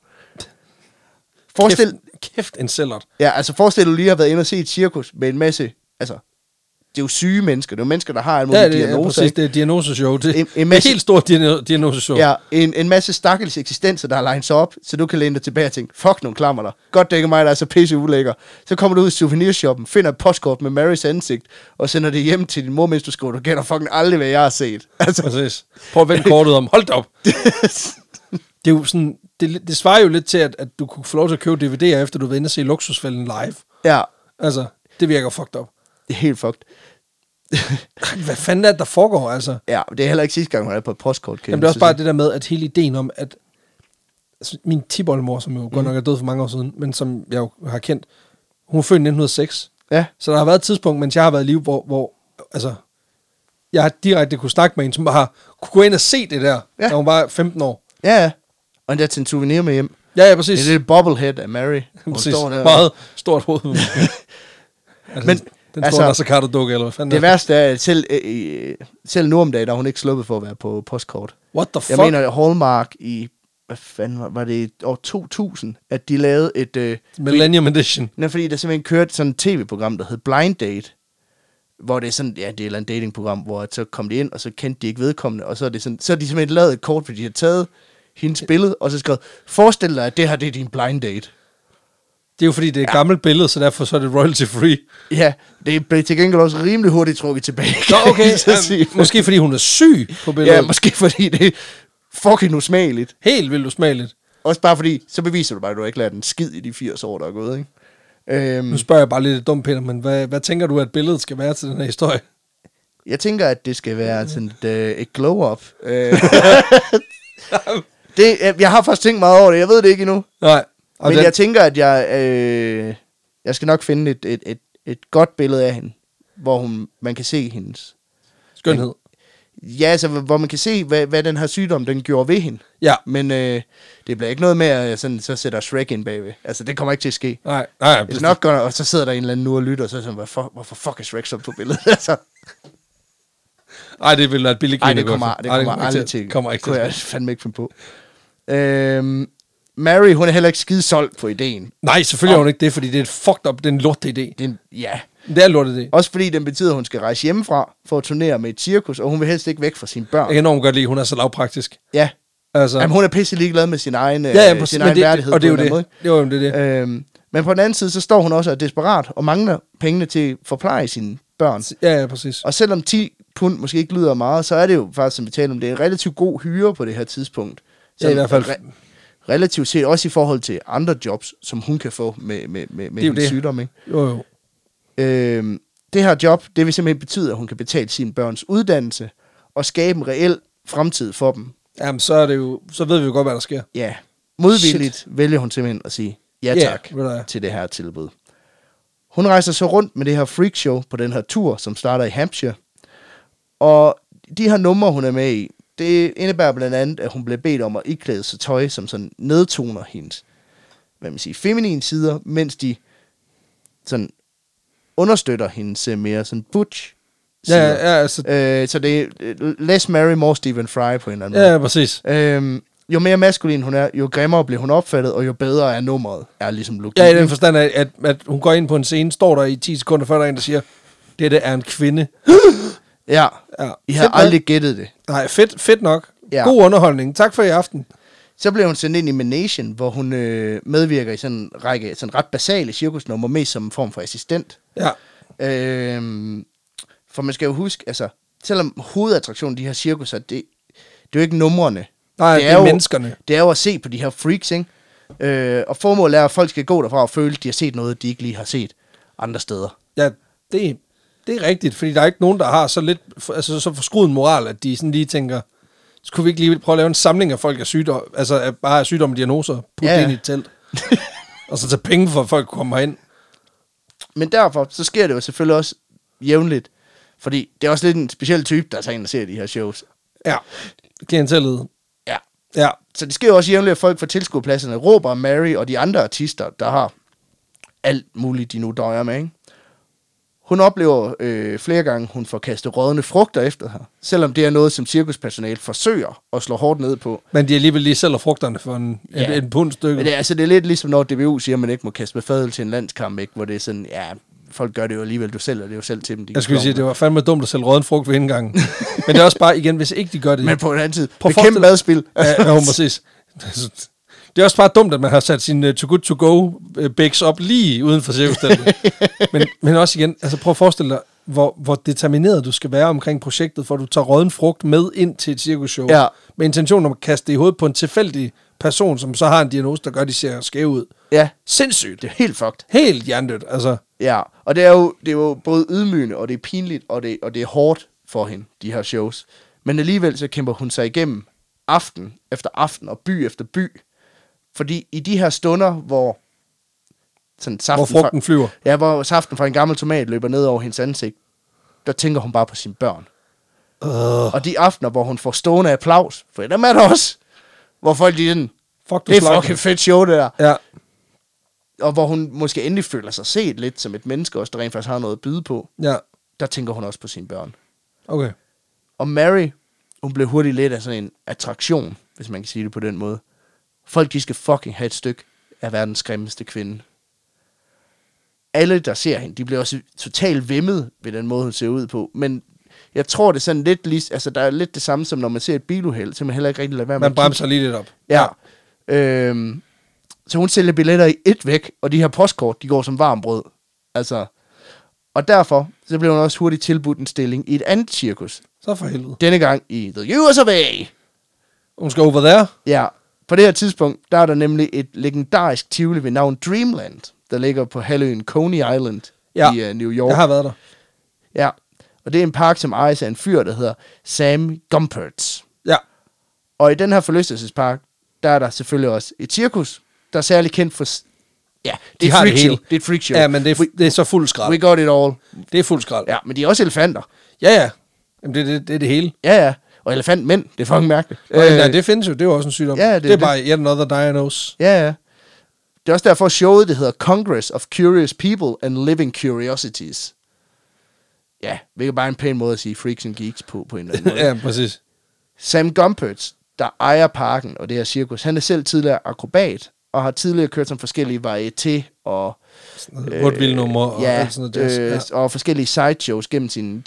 Kæft en sælgert. Ja, altså forestil dig lige at have været inde og se et cirkus med en masse, altså, det er jo syge mennesker, det er jo mennesker, der har en mulig diagnoser. Ja, præcis, det er diagnoseshow. Det er et helt stort diagnoseshow. Ja, en masse stakkels eksistenser, der har legnet sig op, så du kan læne dig tilbage og tænke, fuck nogle klammer der. Godt, det ikke mig, der er så pisse ulækker. Så kommer du ud i souvenirshoppen, finder et postkort med Marys ansigt, og sender det hjem til din mor, mens du skriver, du kender fucking aldrig, hvad jeg har set. Altså. Præcis. Prøv at vende kortet om. Hold da op. Det er jo sådan, det svarer jo lidt til, at du kunne få lov til at købe DVD'er, efter du var inde og se Luksusfælden live. Ja. Altså, det virker fucked up. Det er helt fucked. Hvad fanden er det, der foregår, altså? Ja, det er heller ikke sidste gang, hun er på et postkort. Jamen, det er også bare det der med, at hele ideen om, at altså, min tipoldemor, som jo godt nok er død for mange år siden, men som jeg jo har kendt, hun er født i 1906. Ja. Så der har været et tidspunkt, mens jeg har været i liv, hvor altså, jeg har direkte kunne snakke med en, som har kunne gå ind og se det der, da hun var 15 år. Ja, og endda til en souvenir med hjem. Ja, præcis. Det er det bobblehead af Mary. Præcis. Meget stort hoved. Altså, men den store Nasser Carter-dukke, eller hvad fanden det værste er, at selv nu om dagen, der hun ikke sluppet for at være på postkort. What the fuck? Jeg mener, Hallmark i, hvad fanden var det, år 2000, at de lavede et... Millennium Edition. Nej, fordi der simpelthen kørte sådan et tv-program, der hed Blind Date, hvor det er sådan, ja, det er et eller andet datingprogram, hvor så kom de ind, og så kendte de ikke vedkommende, og så er det sådan, så har de simpelthen lavet et kort, hvor de har taget hendes billede, og så skrevet, forestil dig, at det her, det er din blind date. Det er jo fordi, det er et gammelt billede, så derfor så er det royalty free. Ja, det blev til gengæld også rimelig hurtigt trukket tilbage. Nå, okay. Måske fordi hun er syg på billedet. Ja, måske fordi det er fucking usmageligt. Helt vildt usmageligt. Også bare fordi, så beviser du bare, at du ikke lært en skid i de 80 år, der er gået, ikke? Nu spørger jeg bare lidt dumt, Peter, men hvad tænker du, at billedet skal være til den her historie? Jeg tænker, at det skal være sådan et glow-up. Jeg har faktisk tænkt meget over det, jeg ved det ikke endnu. Nej. Men jeg tænker, at jeg skal nok finde et godt billede af hende, hvor man kan se hendes skønhed. Ja, altså hvor man kan se, hvad den her sygdom, den gjorde ved hende. Ja. Men det bliver ikke noget med, at jeg så sætter Shrek ind bagved. Altså, det kommer ikke til at ske. Nej. Det er nok godt, og så sidder der en eller anden nu og lytter, og så er sådan, hvorfor fuck er Shrek så på billedet? Altså. Ej, det vil være et billigt grin. Det kommer aldrig til. Kunne jeg fandme ikke finde på. Mary, hun er heller ikke skide solgt på ideen. Nej, selvfølgelig er hun ikke det, fordi det er et fucked up, det er en lort idé. Ja. Det er lort idé. Også fordi den betyder, at hun skal rejse hjemmefra for at turnere med et cirkus, og hun vil helst ikke væk fra sine børn. Jeg kan enormt godt lide, hun er så lavpraktisk. Ja. Altså. Jamen, hun er pisse ligeglad med sin egen, sin egen værdighed. Og det er jo det. Men på den anden side, så står hun også og er desperat og mangler pengene til at forpleje sine børn. Ja, præcis. Og selvom 10 pund måske ikke lyder meget, så er det jo faktisk, som vi taler om, det er en relativt god hyre på det her tidspunkt. Ja, i hvert fald. Relativt set, også i forhold til andre jobs, som hun kan få med hendes sygdom. Ikke? Jo. Det her job, det vil simpelthen betyde, at hun kan betale sine børns uddannelse og skabe en reel fremtid for dem. Jamen, så er det jo, så ved vi jo godt, hvad der sker. Ja, modvilligt vælger hun simpelthen at sige ja tak til det her tilbud. Hun rejser så rundt med det her freakshow på den her tur, som starter i Hampshire. Og de her numre, hun er med i, det indebærer blandt andet, at hun bliver bedt om at iklæde sig tøj, som sådan nedtoner hendes, hvad man siger, feminine sider, mens de sådan understøtter hendes mere sådan butch. Ja, altså... Så det er less Mary, more Stephen Fry på en eller anden måde. Ja, præcis. Jo mere maskulin hun er, jo grimmere bliver hun opfattet, og jo bedre er nummeret, er ligesom logik. Ja, i den forstand, at hun går ind på en scene, står der i 10 sekunder, før der er en, der siger, dette er en kvinde. Ja, I har aldrig gættet det. Nej, fedt nok. Ja. God underholdning. Tak for i aften. Så blev hun sendt ind i Menation, hvor hun medvirker i sådan en række sådan ret basale cirkusnummer, mest som en form for assistent. Ja. For man skal jo huske, altså, selvom hovedattraktionen de her cirkusser, det er jo ikke numrene. Nej, det er jo menneskerne. Det er jo at se på de her freaks, ikke? Og formålet er, at folk skal gå derfra og føle, at de har set noget, de ikke lige har set andre steder. Ja, det er rigtigt, fordi der er ikke nogen, der har så lidt, altså så forskruet en moral, at de sådan lige tænker, skulle vi ikke lige prøve at lave en samling af folk af sygdom, altså af bare sygdom og diagnoser, putte ind i et telt, og så tage penge for, at folk kommer ind. Men derfor, så sker det jo selvfølgelig også jævnligt, fordi det er også lidt en speciel type, der tager ind og ser de her shows. Ja, klientellet. Ja. Så det sker jo også jævnligt, at folk fra tilskuerpladserne råber Mary og de andre artister, der har alt muligt, de nu døjer med, ikke? Hun oplever flere gange, hun får kastet rådne frugter efter her, selvom det er noget, som cirkuspersonale forsøger at slå hårdt ned på. Men de alligevel lige sælger frugterne for en pundstykke. Men det er lidt ligesom, når DBU siger, at man ikke må kaste med fadøl til en landskamp, ikke? Hvor det er sådan, ja, folk gør det jo alligevel, du sælger det jo selv til dem. Jeg skulle sige, det var fandme dumt at sælge rådden frugt ved indgangen. Men det er også bare, igen, hvis ikke de gør det. Men på en anden tid, det er kæmpe madspil. Ja, præcis. Det er også bare dumt, at man har sat sine Too Good To Go bags op lige uden for cirkusteltet. men også igen, altså prøv at forestille dig, hvor determineret du skal være omkring projektet, for du tager rådden frugt med ind til et cirkusshow. Ja. Med intention om at kaste det i hovedet på en tilfældig person, som så har en diagnose, der gør, at de ser skæve ud. Ja. Sindssygt. Det er helt fucked. Helt hjernedødt, altså. Ja, og det er jo både ydmygende, og det er pinligt, og det er hårdt for hende, de her shows. Men alligevel så kæmper hun sig igennem aften efter aften og by efter by. Fordi i de her stunder, hvor sådan saften hvor frugten flyver. Ja, hvor saften fra en gammel tomat løber ned over hendes ansigt, der tænker hun bare på sine børn. Og de aftener, hvor hun får stående applaus, for dem er der også, hvor folk de den, det er fucking fedt show, det der. Ja. Og hvor hun måske endelig føler sig set lidt som et menneske også, der rent faktisk har noget at byde på. Ja. Der tænker hun også på sine børn. Okay. Og Mary, hun blev hurtigt lidt af sådan en attraktion, hvis man kan sige det på den måde. Folk, de skal fucking have et stykke af verdens grimmeste kvinde. Alle, der ser hende, de bliver også totalt vimmet ved den måde, hun ser ud på. Men jeg tror, det er sådan lidt lige, altså der er lidt det samme, som når man ser et biluheld, så man heller ikke rigtig lader være med. Man bremser lige lidt op. Ja. Så hun sælger billetter i et væk, og de her postkort, de går som varm brød. Altså, og derfor, så blev hun også hurtigt tilbudt en stilling i et andet cirkus. Så for helvede. Denne gang i The US of A. Hun skal over there? Ja. På det her tidspunkt, der er der nemlig et legendarisk tivoli ved navn Dreamland, der ligger på halvøen Coney Island i New York. Jeg har været der. Ja, og det er en park, som ejes af en fyr, der hedder Sam Gumpertz. Ja. Og i den her forlystelsespark, der er der selvfølgelig også et cirkus, der er særlig kendt for... Ja, det er freak show. Det er et freak show. Ja, men det er så fuld skrald. We got it all. Det er fuld skrald. Ja, men de er også elefanter. Ja. Jamen, det er det hele. Ja. Og elefantmænd, det er fucking mærkeligt. Ja, det findes jo. Det er jo også en sygdom. Ja, det er bare yet another diagnose. Ja. Det er også derfor showet, det hedder Congress of Curious People and Living Curiosities. Ja, hvilket bare en pæn måde at sige freaks and geeks på en eller anden måde. Ja, præcis. Sam Gumpertz, der ejer parken og det her cirkus, han er selv tidligere akrobat, og har tidligere kørt som forskellige varieté og vaudeville-numre og alt sådan noget. Og forskellige sideshows gennem sine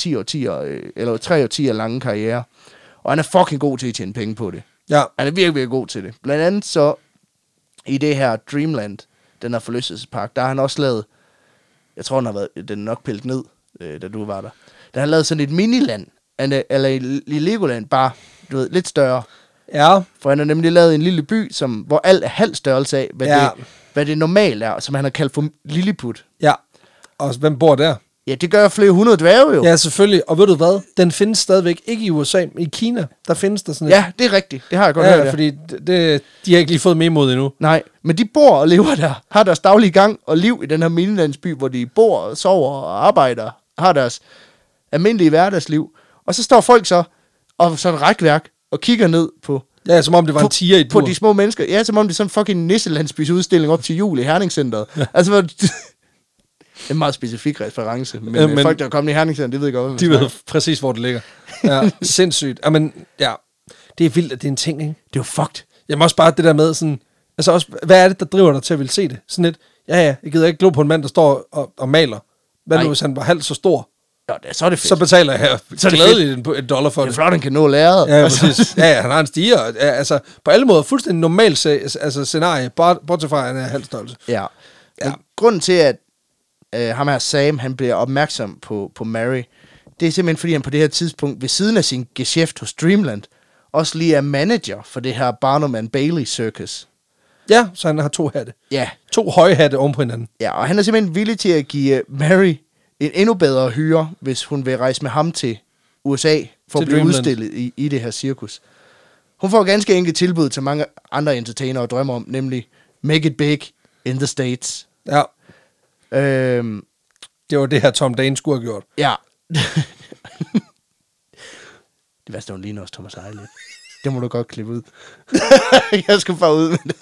3 årtier lange karriere. Og han er fucking god til at tjene penge på det. Ja. Han er virkelig god til det. Blandt andet så i det her Dreamland, den her forlystelsespark, der har han også lavet, jeg tror den er nok pillet ned, da du var der. Der har han lavet sådan et miniland, eller i Legoland, bare, du ved, lidt større. Ja. For han har nemlig lavet en lille by, hvor alt er halv størrelse af, hvad det normalt er, som han har kaldt for Lilliput. Ja. Og hvem bor der? Ja, det gør flere 100 dværge jo. Ja, selvfølgelig. Og ved du hvad? Den findes stadigvæk ikke i USA, men i Kina. Der findes der sådan et... Ja, det er rigtigt. Det har jeg godt hørt. Ja, fordi de har ikke lige fået memoet endnu. Nej, men de bor og lever der. Har deres daglige gang og liv i den her minilandsby, hvor de bor og sover og arbejder. Har deres almindelige hverdagsliv. Og så står folk så og sådan rækværk og kigger ned på... Ja, som om det var en tiger i et bur. På de små mennesker. Ja, som om det er sådan en fucking nisselandsbys udstilling op til jul i Herningscenteret. Ja. Altså, En meget specifik reference, men folk, der er kommet i Herningsen, det ved jeg godt. De ved præcis, hvor det ligger. Ja, sindssygt. Jamen, ja, det er vildt, at det er en ting, ikke? Det er jo fucked. Jamen også bare det der med sådan, altså også, hvad er det, der driver dig til at ville se det? Sådan lidt, jeg gider ikke glo på en mand, der står og maler. Hvad nu, hvis han var halvt så stor? Ja, så er det fedt. Så betaler jeg glædeligt $1 for det. Det er flot, han kan nå læret. Ja, præcis. Ja, han har en stiger. Altså, på alle måder, fuldstændig normalt scenarie, bortset fra, han er halv størrelse. Ja. Grunden til, at ham her Sam, han bliver opmærksom på Mary, det er simpelthen, fordi han på det her tidspunkt, ved siden af sin geschæft hos Dreamland, også lige er manager for det her Barnum and Bailey Circus. Ja, så han har 2 hatte. Ja. 2 høje hatte oven på hinanden. Ja, og han er simpelthen villig til at give Mary en endnu bedre hyre, hvis hun vil rejse med ham til USA for at blive udstillet i det her cirkus. Hun får ganske enkelt tilbud til mange andre entertainere drømmer om, nemlig Make It Big in the States. Ja. Det var det her Tom Dane skulle have gjort. Ja. Det værste, hun ligner også Thomas Eje lidt. Det må du godt klippe ud. Jeg skal bare ud med det.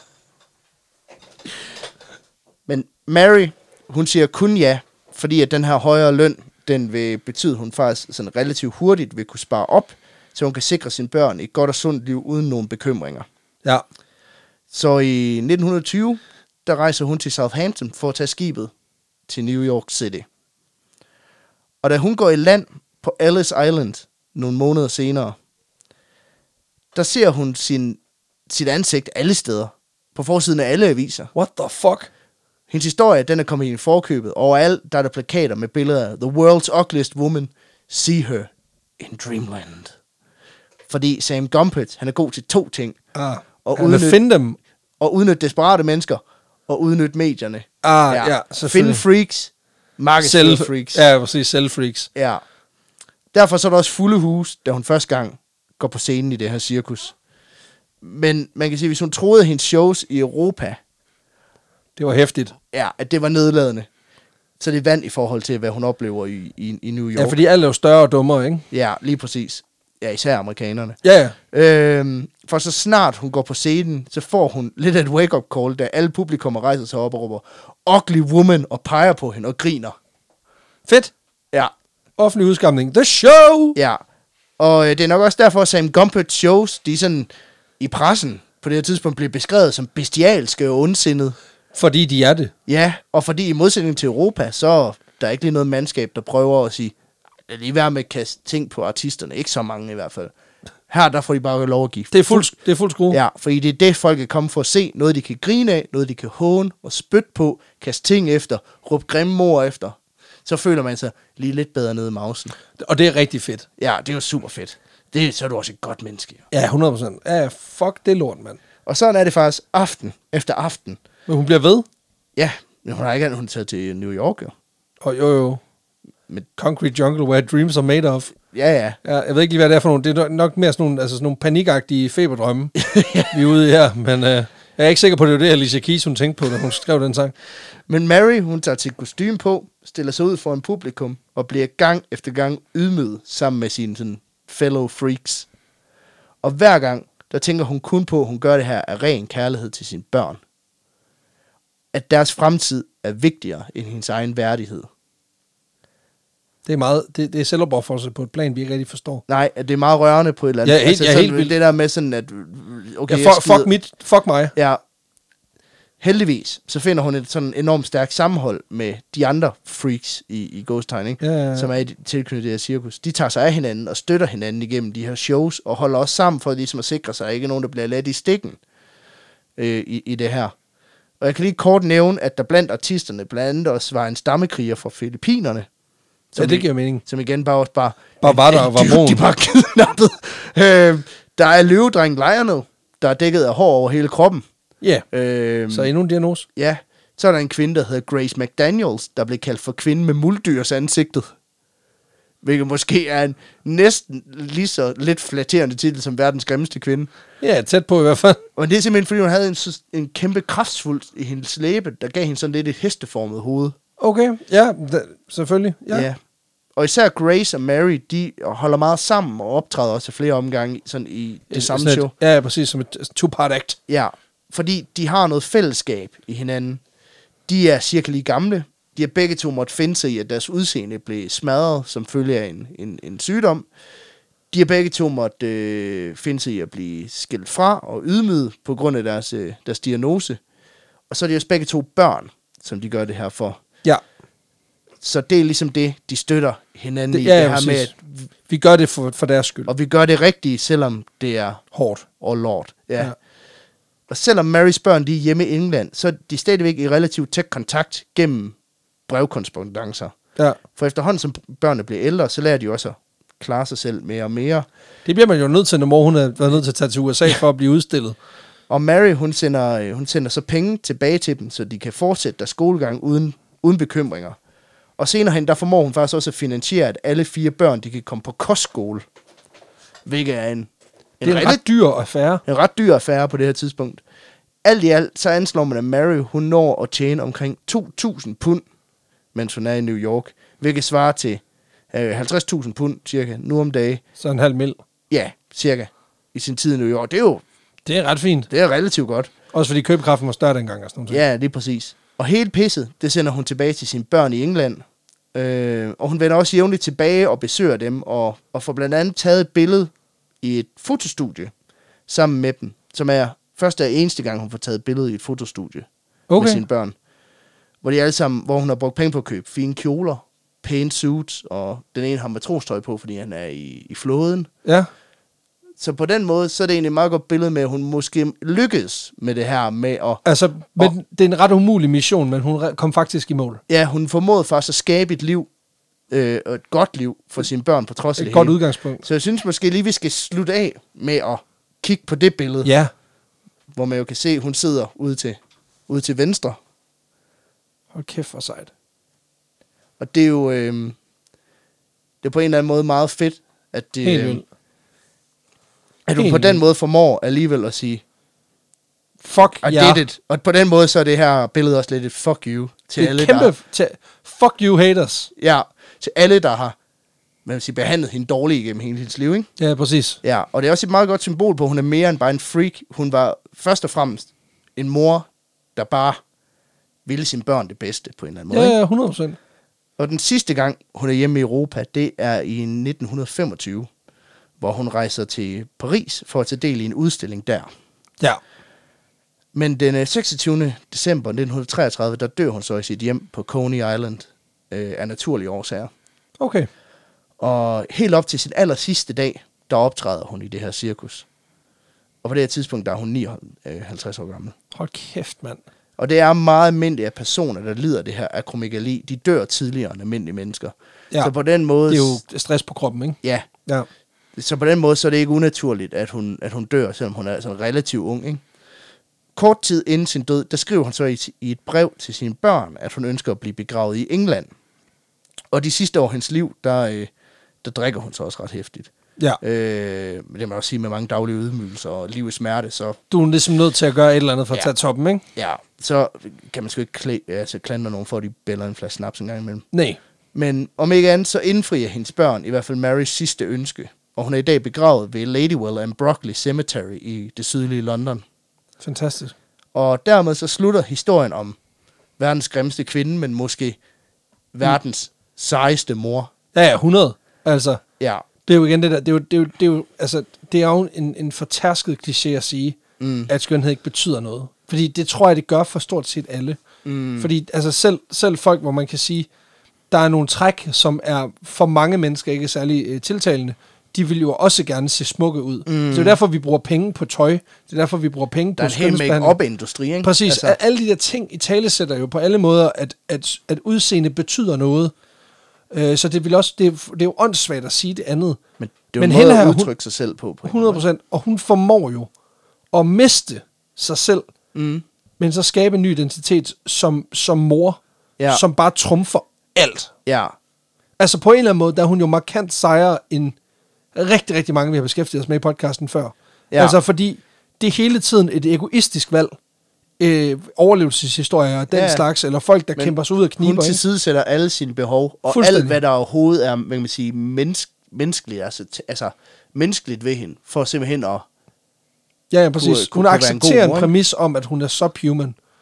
Men Mary, hun siger kun ja, fordi at den her højere løn, den vil betyde, at hun faktisk sådan relativt hurtigt vil kunne spare op, så hun kan sikre sine børn et godt og sundt liv uden nogen bekymringer. Ja. Så i 1920, der rejser hun til Southampton for at tage skibet til New York City. Og da hun går i land på Ellis Island nogle måneder senere, der ser hun sit ansigt alle steder, på forsiden af alle aviser. What the fuck? Hendes historie, den er kommet i forkøbet. Overalt, der er der plakater med billeder af The World's Ugliest Woman, See Her in Dreamland. Fordi Sam Gumpert, han er god til 2 ting. Han finde dem. Og udnytte desperate mennesker, og udnytte medierne. Ja, finde freaks, markedsføre freaks. Ja, præcis, sell freaks. Ja. Derfor så er der også fulde hus, da hun første gang går på scenen i det her cirkus. Men man kan sige, hvis hun troede, at hendes shows i Europa, det var hæftigt. Ja, at det var nedladende. Så det er vand i forhold til, hvad hun oplever i New York. Ja, fordi alle er jo større og dummere, ikke? Ja, lige præcis. Ja, især amerikanerne. Ja. For så snart hun går på scenen, så får hun lidt af et wake-up call, da alle publikum rejser sig op og råber, Ugly Woman, og peger på hende og griner. Fedt. Ja. Offentlig udskamning. The show! Ja. Og det er nok også derfor, at Sam Gumperts shows, de sådan i pressen på det her tidspunkt bliver beskrevet som bestialske og ondsindede. Fordi de er det. Ja, og fordi i modsætning til Europa, så der er ikke lige noget mandskab, der prøver at sige, lige være med at kaste ting på artisterne. Ikke så mange i hvert fald. Her, der får de bare lov at give. Det er fuld skrue. Ja, fordi det er det, folk er kommet for at se. Noget, de kan grine af, noget, de kan håne og spytte på, kaste ting efter, råbe grimme ord efter. Så føler man sig lige lidt bedre nede i mausen. Og det er rigtig fedt. Ja, det er jo super fedt. Så er du også et godt menneske. Ja, 100%. Ja, fuck det lort, mand. Og sådan er det faktisk aften efter aften. Men hun bliver ved? Ja, men hun har ikke andet, taget til New York, jo. Og jo. Med Concrete Jungle, where dreams are made of. Ja. Jeg ved ikke lige, hvad det er for nogle. Det er nok mere sådan nogle panikagtige feberdrømme, vi er ude i her. Men jeg er ikke sikker på, at det var det, Alicia Keys, hun tænkte på, da hun skrev den sang. Men Mary, hun tager sit kostume på, stiller sig ud for en publikum, og bliver gang efter gang ydmyget sammen med sine sådan, fellow freaks. Og hver gang, der tænker hun kun på, at hun gør det her af ren kærlighed til sine børn. At deres fremtid er vigtigere end hendes egen værdighed. Det er meget, det er selvopofrelse på et plan, vi ikke rigtig forstår. Nej, at det er meget rørende på et eller andet. Ja, helt vildt. Det der med sådan, at okay, fuck mig. Ja. Heldigvis, så finder hun et sådan enormt stærkt sammenhold med de andre freaks i Ghost Town, ikke? Ja. Som er tilknyttet det her cirkus. De tager sig af hinanden og støtter hinanden igennem de her shows, og holder også sammen for ligesom at sikre sig, at ikke nogen, der bliver ladt i stikken i det her. Og jeg kan lige kort nævne, at der blandt artisterne blandt andet også var en stammekriger fra Filippinerne. Ja, det giver mening. Som igen bare var der og var broen. De bare kidnappet. Der er løvedrengen Lionel, der er dækket af hår over hele kroppen. Ja, så endnu en diagnose. Ja, så er der en kvinde, der hedder Grace McDaniels, der blev kaldt for kvinde med muldyrs ansigtet. Hvilket måske er en næsten lige så lidt flatterende titel som verdens grimmeste kvinde. Ja, tæt på i hvert fald. Og det er simpelthen, fordi hun havde en kæmpe kraftsvulst i hendes læbe, der gav hende sådan lidt et hesteformet hoved. Okay, ja, selvfølgelig. Ja. Og især Grace og Mary, de holder meget sammen og optræder også flere omgange sådan i det samme show. Ja, præcis, som et two-part act. Ja, fordi de har noget fællesskab i hinanden. De er cirka lige gamle, De har begge to måtte finde sig i, at deres udseende blev smadret som følge af en sygdom. De har begge to måtte finde sig i at blive skilt fra og ydmyget på grund af deres diagnose. Og så er de også begge to børn, som de gør det her for. Ja. Så det er ligesom det, de støtter hinanden i. Ja, det her med, at vi gør det for deres skyld. og vi gør det rigtige, selvom det er Hårdt. og lort. Ja. Og selvom Marys børn de er hjemme i England, så er de stadigvæk i relativt tæt kontakt gennem brevkorrespondancer. Ja. For efterhånden som børnene bliver ældre, så lærer de også at klare sig selv mere og mere. Det bliver man jo nødt til, når mor hun har været nødt til at tage til USA for at blive udstillet. Og Mary, hun sender så penge tilbage til dem, så de kan fortsætte deres skolegang uden bekymringer. Og senere hen, der formår hun faktisk også at finansiere, at alle 4 børn, de kan komme på kostskole. Hvilket er en ret dyr affære. En ret dyr affære på det her tidspunkt. Alt i alt, så anslår man, at Mary, hun når at tjene omkring 2.000 pund, mens hun er i New York. Hvilket svarer til 50.000 pund, cirka, nu om dagen. Så en halv mil. Ja, cirka, i sin tid i New York. Det er ret fint. Det er relativt godt. Også fordi købekraften var større dengang. Og sådan noget. Ja, det er præcis. Og hele pisset, det sender hun tilbage til sine børn i England. Og hun vender også jævnligt tilbage og besøger dem, og får blandt andet taget et billede i et fotostudie sammen med dem, som er første og eneste gang, hun får taget et billede i et fotostudie med sine børn. Hvor hun har brugt penge på at købe fine kjoler, pæne suits, og den ene har matrostøj på, fordi han er i flåden. Ja. Så på den måde, så er det egentlig et meget godt billede med, at hun måske lykkedes med det her med at... Altså, det er en ret umulig mission, men hun kom faktisk i mål. Ja, hun formåede faktisk at skabe et liv, og et godt liv for sine børn på trods af det Et godt udgangspunkt. Så jeg synes måske lige, vi skal slutte af med at kigge på det billede. Ja. Hvor man jo kan se, at hun sidder ude til venstre. Hold kæft for sejt. Og det er jo det er på en eller anden måde meget fedt, at det... at du på den måde formår alligevel at sige, fuck I did it. Og på den måde, så er det her billede også lidt et fuck you til det alle, kæmpe fuck you haters. Ja, til alle, der har behandlet hende dårligt igennem hele hendes liv, ikke? Ja, præcis. Ja, og det er også et meget godt symbol på, at hun er mere end bare en freak. Hun var først og fremmest en mor, der bare ville sine børn det bedste på en eller anden måde. Ja, 100%. Og den sidste gang, hun er hjemme i Europa, det er i 1925, hvor hun rejser til Paris for at tage del i en udstilling der. Ja. Men den 26. december 1933, der dør hun så i sit hjem på Coney Island af naturlige årsager. Okay. Og helt op til sin aller sidste dag, der optræder hun i det her cirkus. Og på det her tidspunkt, der er hun 59 år gammel. Hold kæft, mand. Og det er meget almindeligt, at personer, der lider af det her akromegali, de dør tidligere end almindelige mennesker. Ja. Så på den måde... Det er jo stress på kroppen, ikke? Ja. Ja. Så på den måde, så er det ikke unaturligt, at hun dør, selvom hun er sådan relativt ung, ikke? Kort tid inden sin død, der skriver hun så i et brev til sine børn, at hun ønsker at blive begravet i England. Og de sidste år af hendes liv, der drikker hun så også ret hæftigt. Ja. Men det må man også sige, med mange daglige ydmygelser og liv i smerte, så... Du er ligesom nødt til at gøre et eller andet for at tage toppen, ikke? Ja, så kan man sgu ikke klandre nogen for, at de bæller en flaske snaps en gang imellem. Nej. Men om ikke andet, så indfrier hendes børn i hvert fald Marys sidste ønske. Og hun er i dag begravet ved Ladywell and Brockley Cemetery i det sydlige London. Fantastisk. Og dermed så slutter historien om verdens grimmeste kvinde, men måske verdens sejeste mor. Ja, 100. Altså, ja. Det er jo igen det der, det er jo en fortærsket kliché at sige, at skønhed ikke betyder noget. Fordi det tror jeg, det gør for stort set alle. Fordi altså selv folk, hvor man kan sige, der er nogle træk, som er for mange mennesker ikke særlig tiltalende, de vil jo også gerne se smukke ud. Det er derfor, vi bruger penge på tøj. Det er derfor, vi bruger penge på skønhedsbehandling. Der er en hel make-up-industri, ikke? Præcis. Altså. Alle de der ting i tale sætter jo på alle måder, at udseende betyder noget. Så det vil også, det er jo åndssvagt at sige det andet. Men det er jo en måde at udtrykke sig selv på. 100%. Og hun formår jo at miste sig selv, men så skabe en ny identitet som mor, som bare trumfer alt. Ja. Altså på en eller anden måde, der er hun jo markant sejere end rigtig, rigtig mange, vi har beskæftiget os med i podcasten før. Ja. Altså fordi det er hele tiden et egoistisk valg. Overlevelseshistorier og den slags, eller folk, der kæmper sig ud af kniber. Hun tilsidesætter alle sine behov, og alt, hvad der overhovedet er, man kan sige, menneskeligt, altså menneskeligt ved hende, for simpelthen at... Ja, præcis. Hun accepterer en præmis om, at hun er subhuman.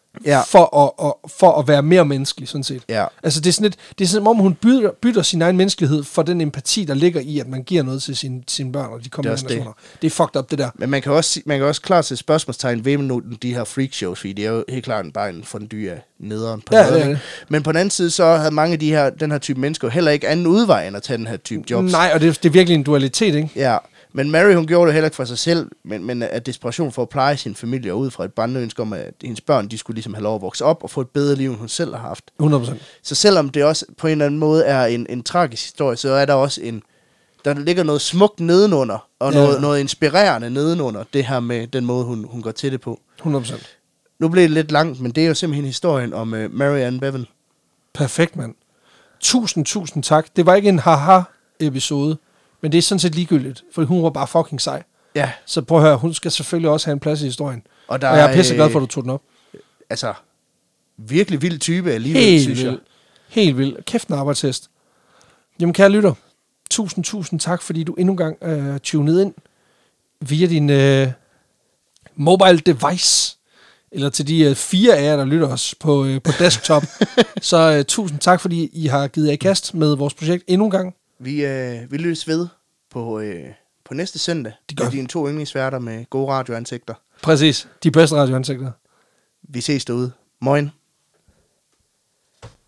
Ja. for at være mere menneskelig, sådan set. Ja. Altså, det er sådan, som om hun bytter sin egen menneskelighed for den empati, der ligger i, at man giver noget til sine børn og de kommende generationer. Det er fucked up, det der. Men man kan også klart sætte spørgsmålstegn ved nu de her freakshows, fordi det er jo helt klart bare en fondue af nederen på noget. Ja. Men på den anden side, så havde mange af den her type mennesker heller ikke anden udvej end at tage den her type jobs. Nej, og det er virkelig en dualitet, ikke? Ja. Men Mary, hun gjorde det heller ikke for sig selv, men af desperation for at pleje sin familie, og ud fra et brændende om, at hendes børn, de skulle ligesom have lov at vokse op og få et bedre liv, end hun selv har haft. 100%. Så selvom det også på en eller anden måde er en tragisk historie, så er der også der ligger noget smukt nedenunder, og noget inspirerende nedenunder, det her med den måde, hun går til det på. 100%. Nu blev det lidt langt, men det er jo simpelthen historien om Mary Ann Bevan. Perfekt, mand. Tusind tak. Det var ikke en haha-episode, men det er sådan set ligegyldigt, for hun var bare fucking sej. Ja. Så prøv at høre, hun skal selvfølgelig også have en plads i historien. Og jeg er pisseglad for, at du tog den op. Altså, virkelig vild type alligevel, synes jeg. Helt vild. Kæft en arbejdshest. Jamen, kære lytter, tusind tak, fordi du endnu en gang tunede ind via din mobile device, eller til de 4 af jer, der lytter os på desktop. Så tusind tak, fordi I har givet jer i kast med vores projekt endnu en gang. Vi lyttes ved på næste søndag. Det er dine 2 yndlingsværter med gode radioansigter. Præcis. De bedste radioansigter. Vi ses derude. Moin.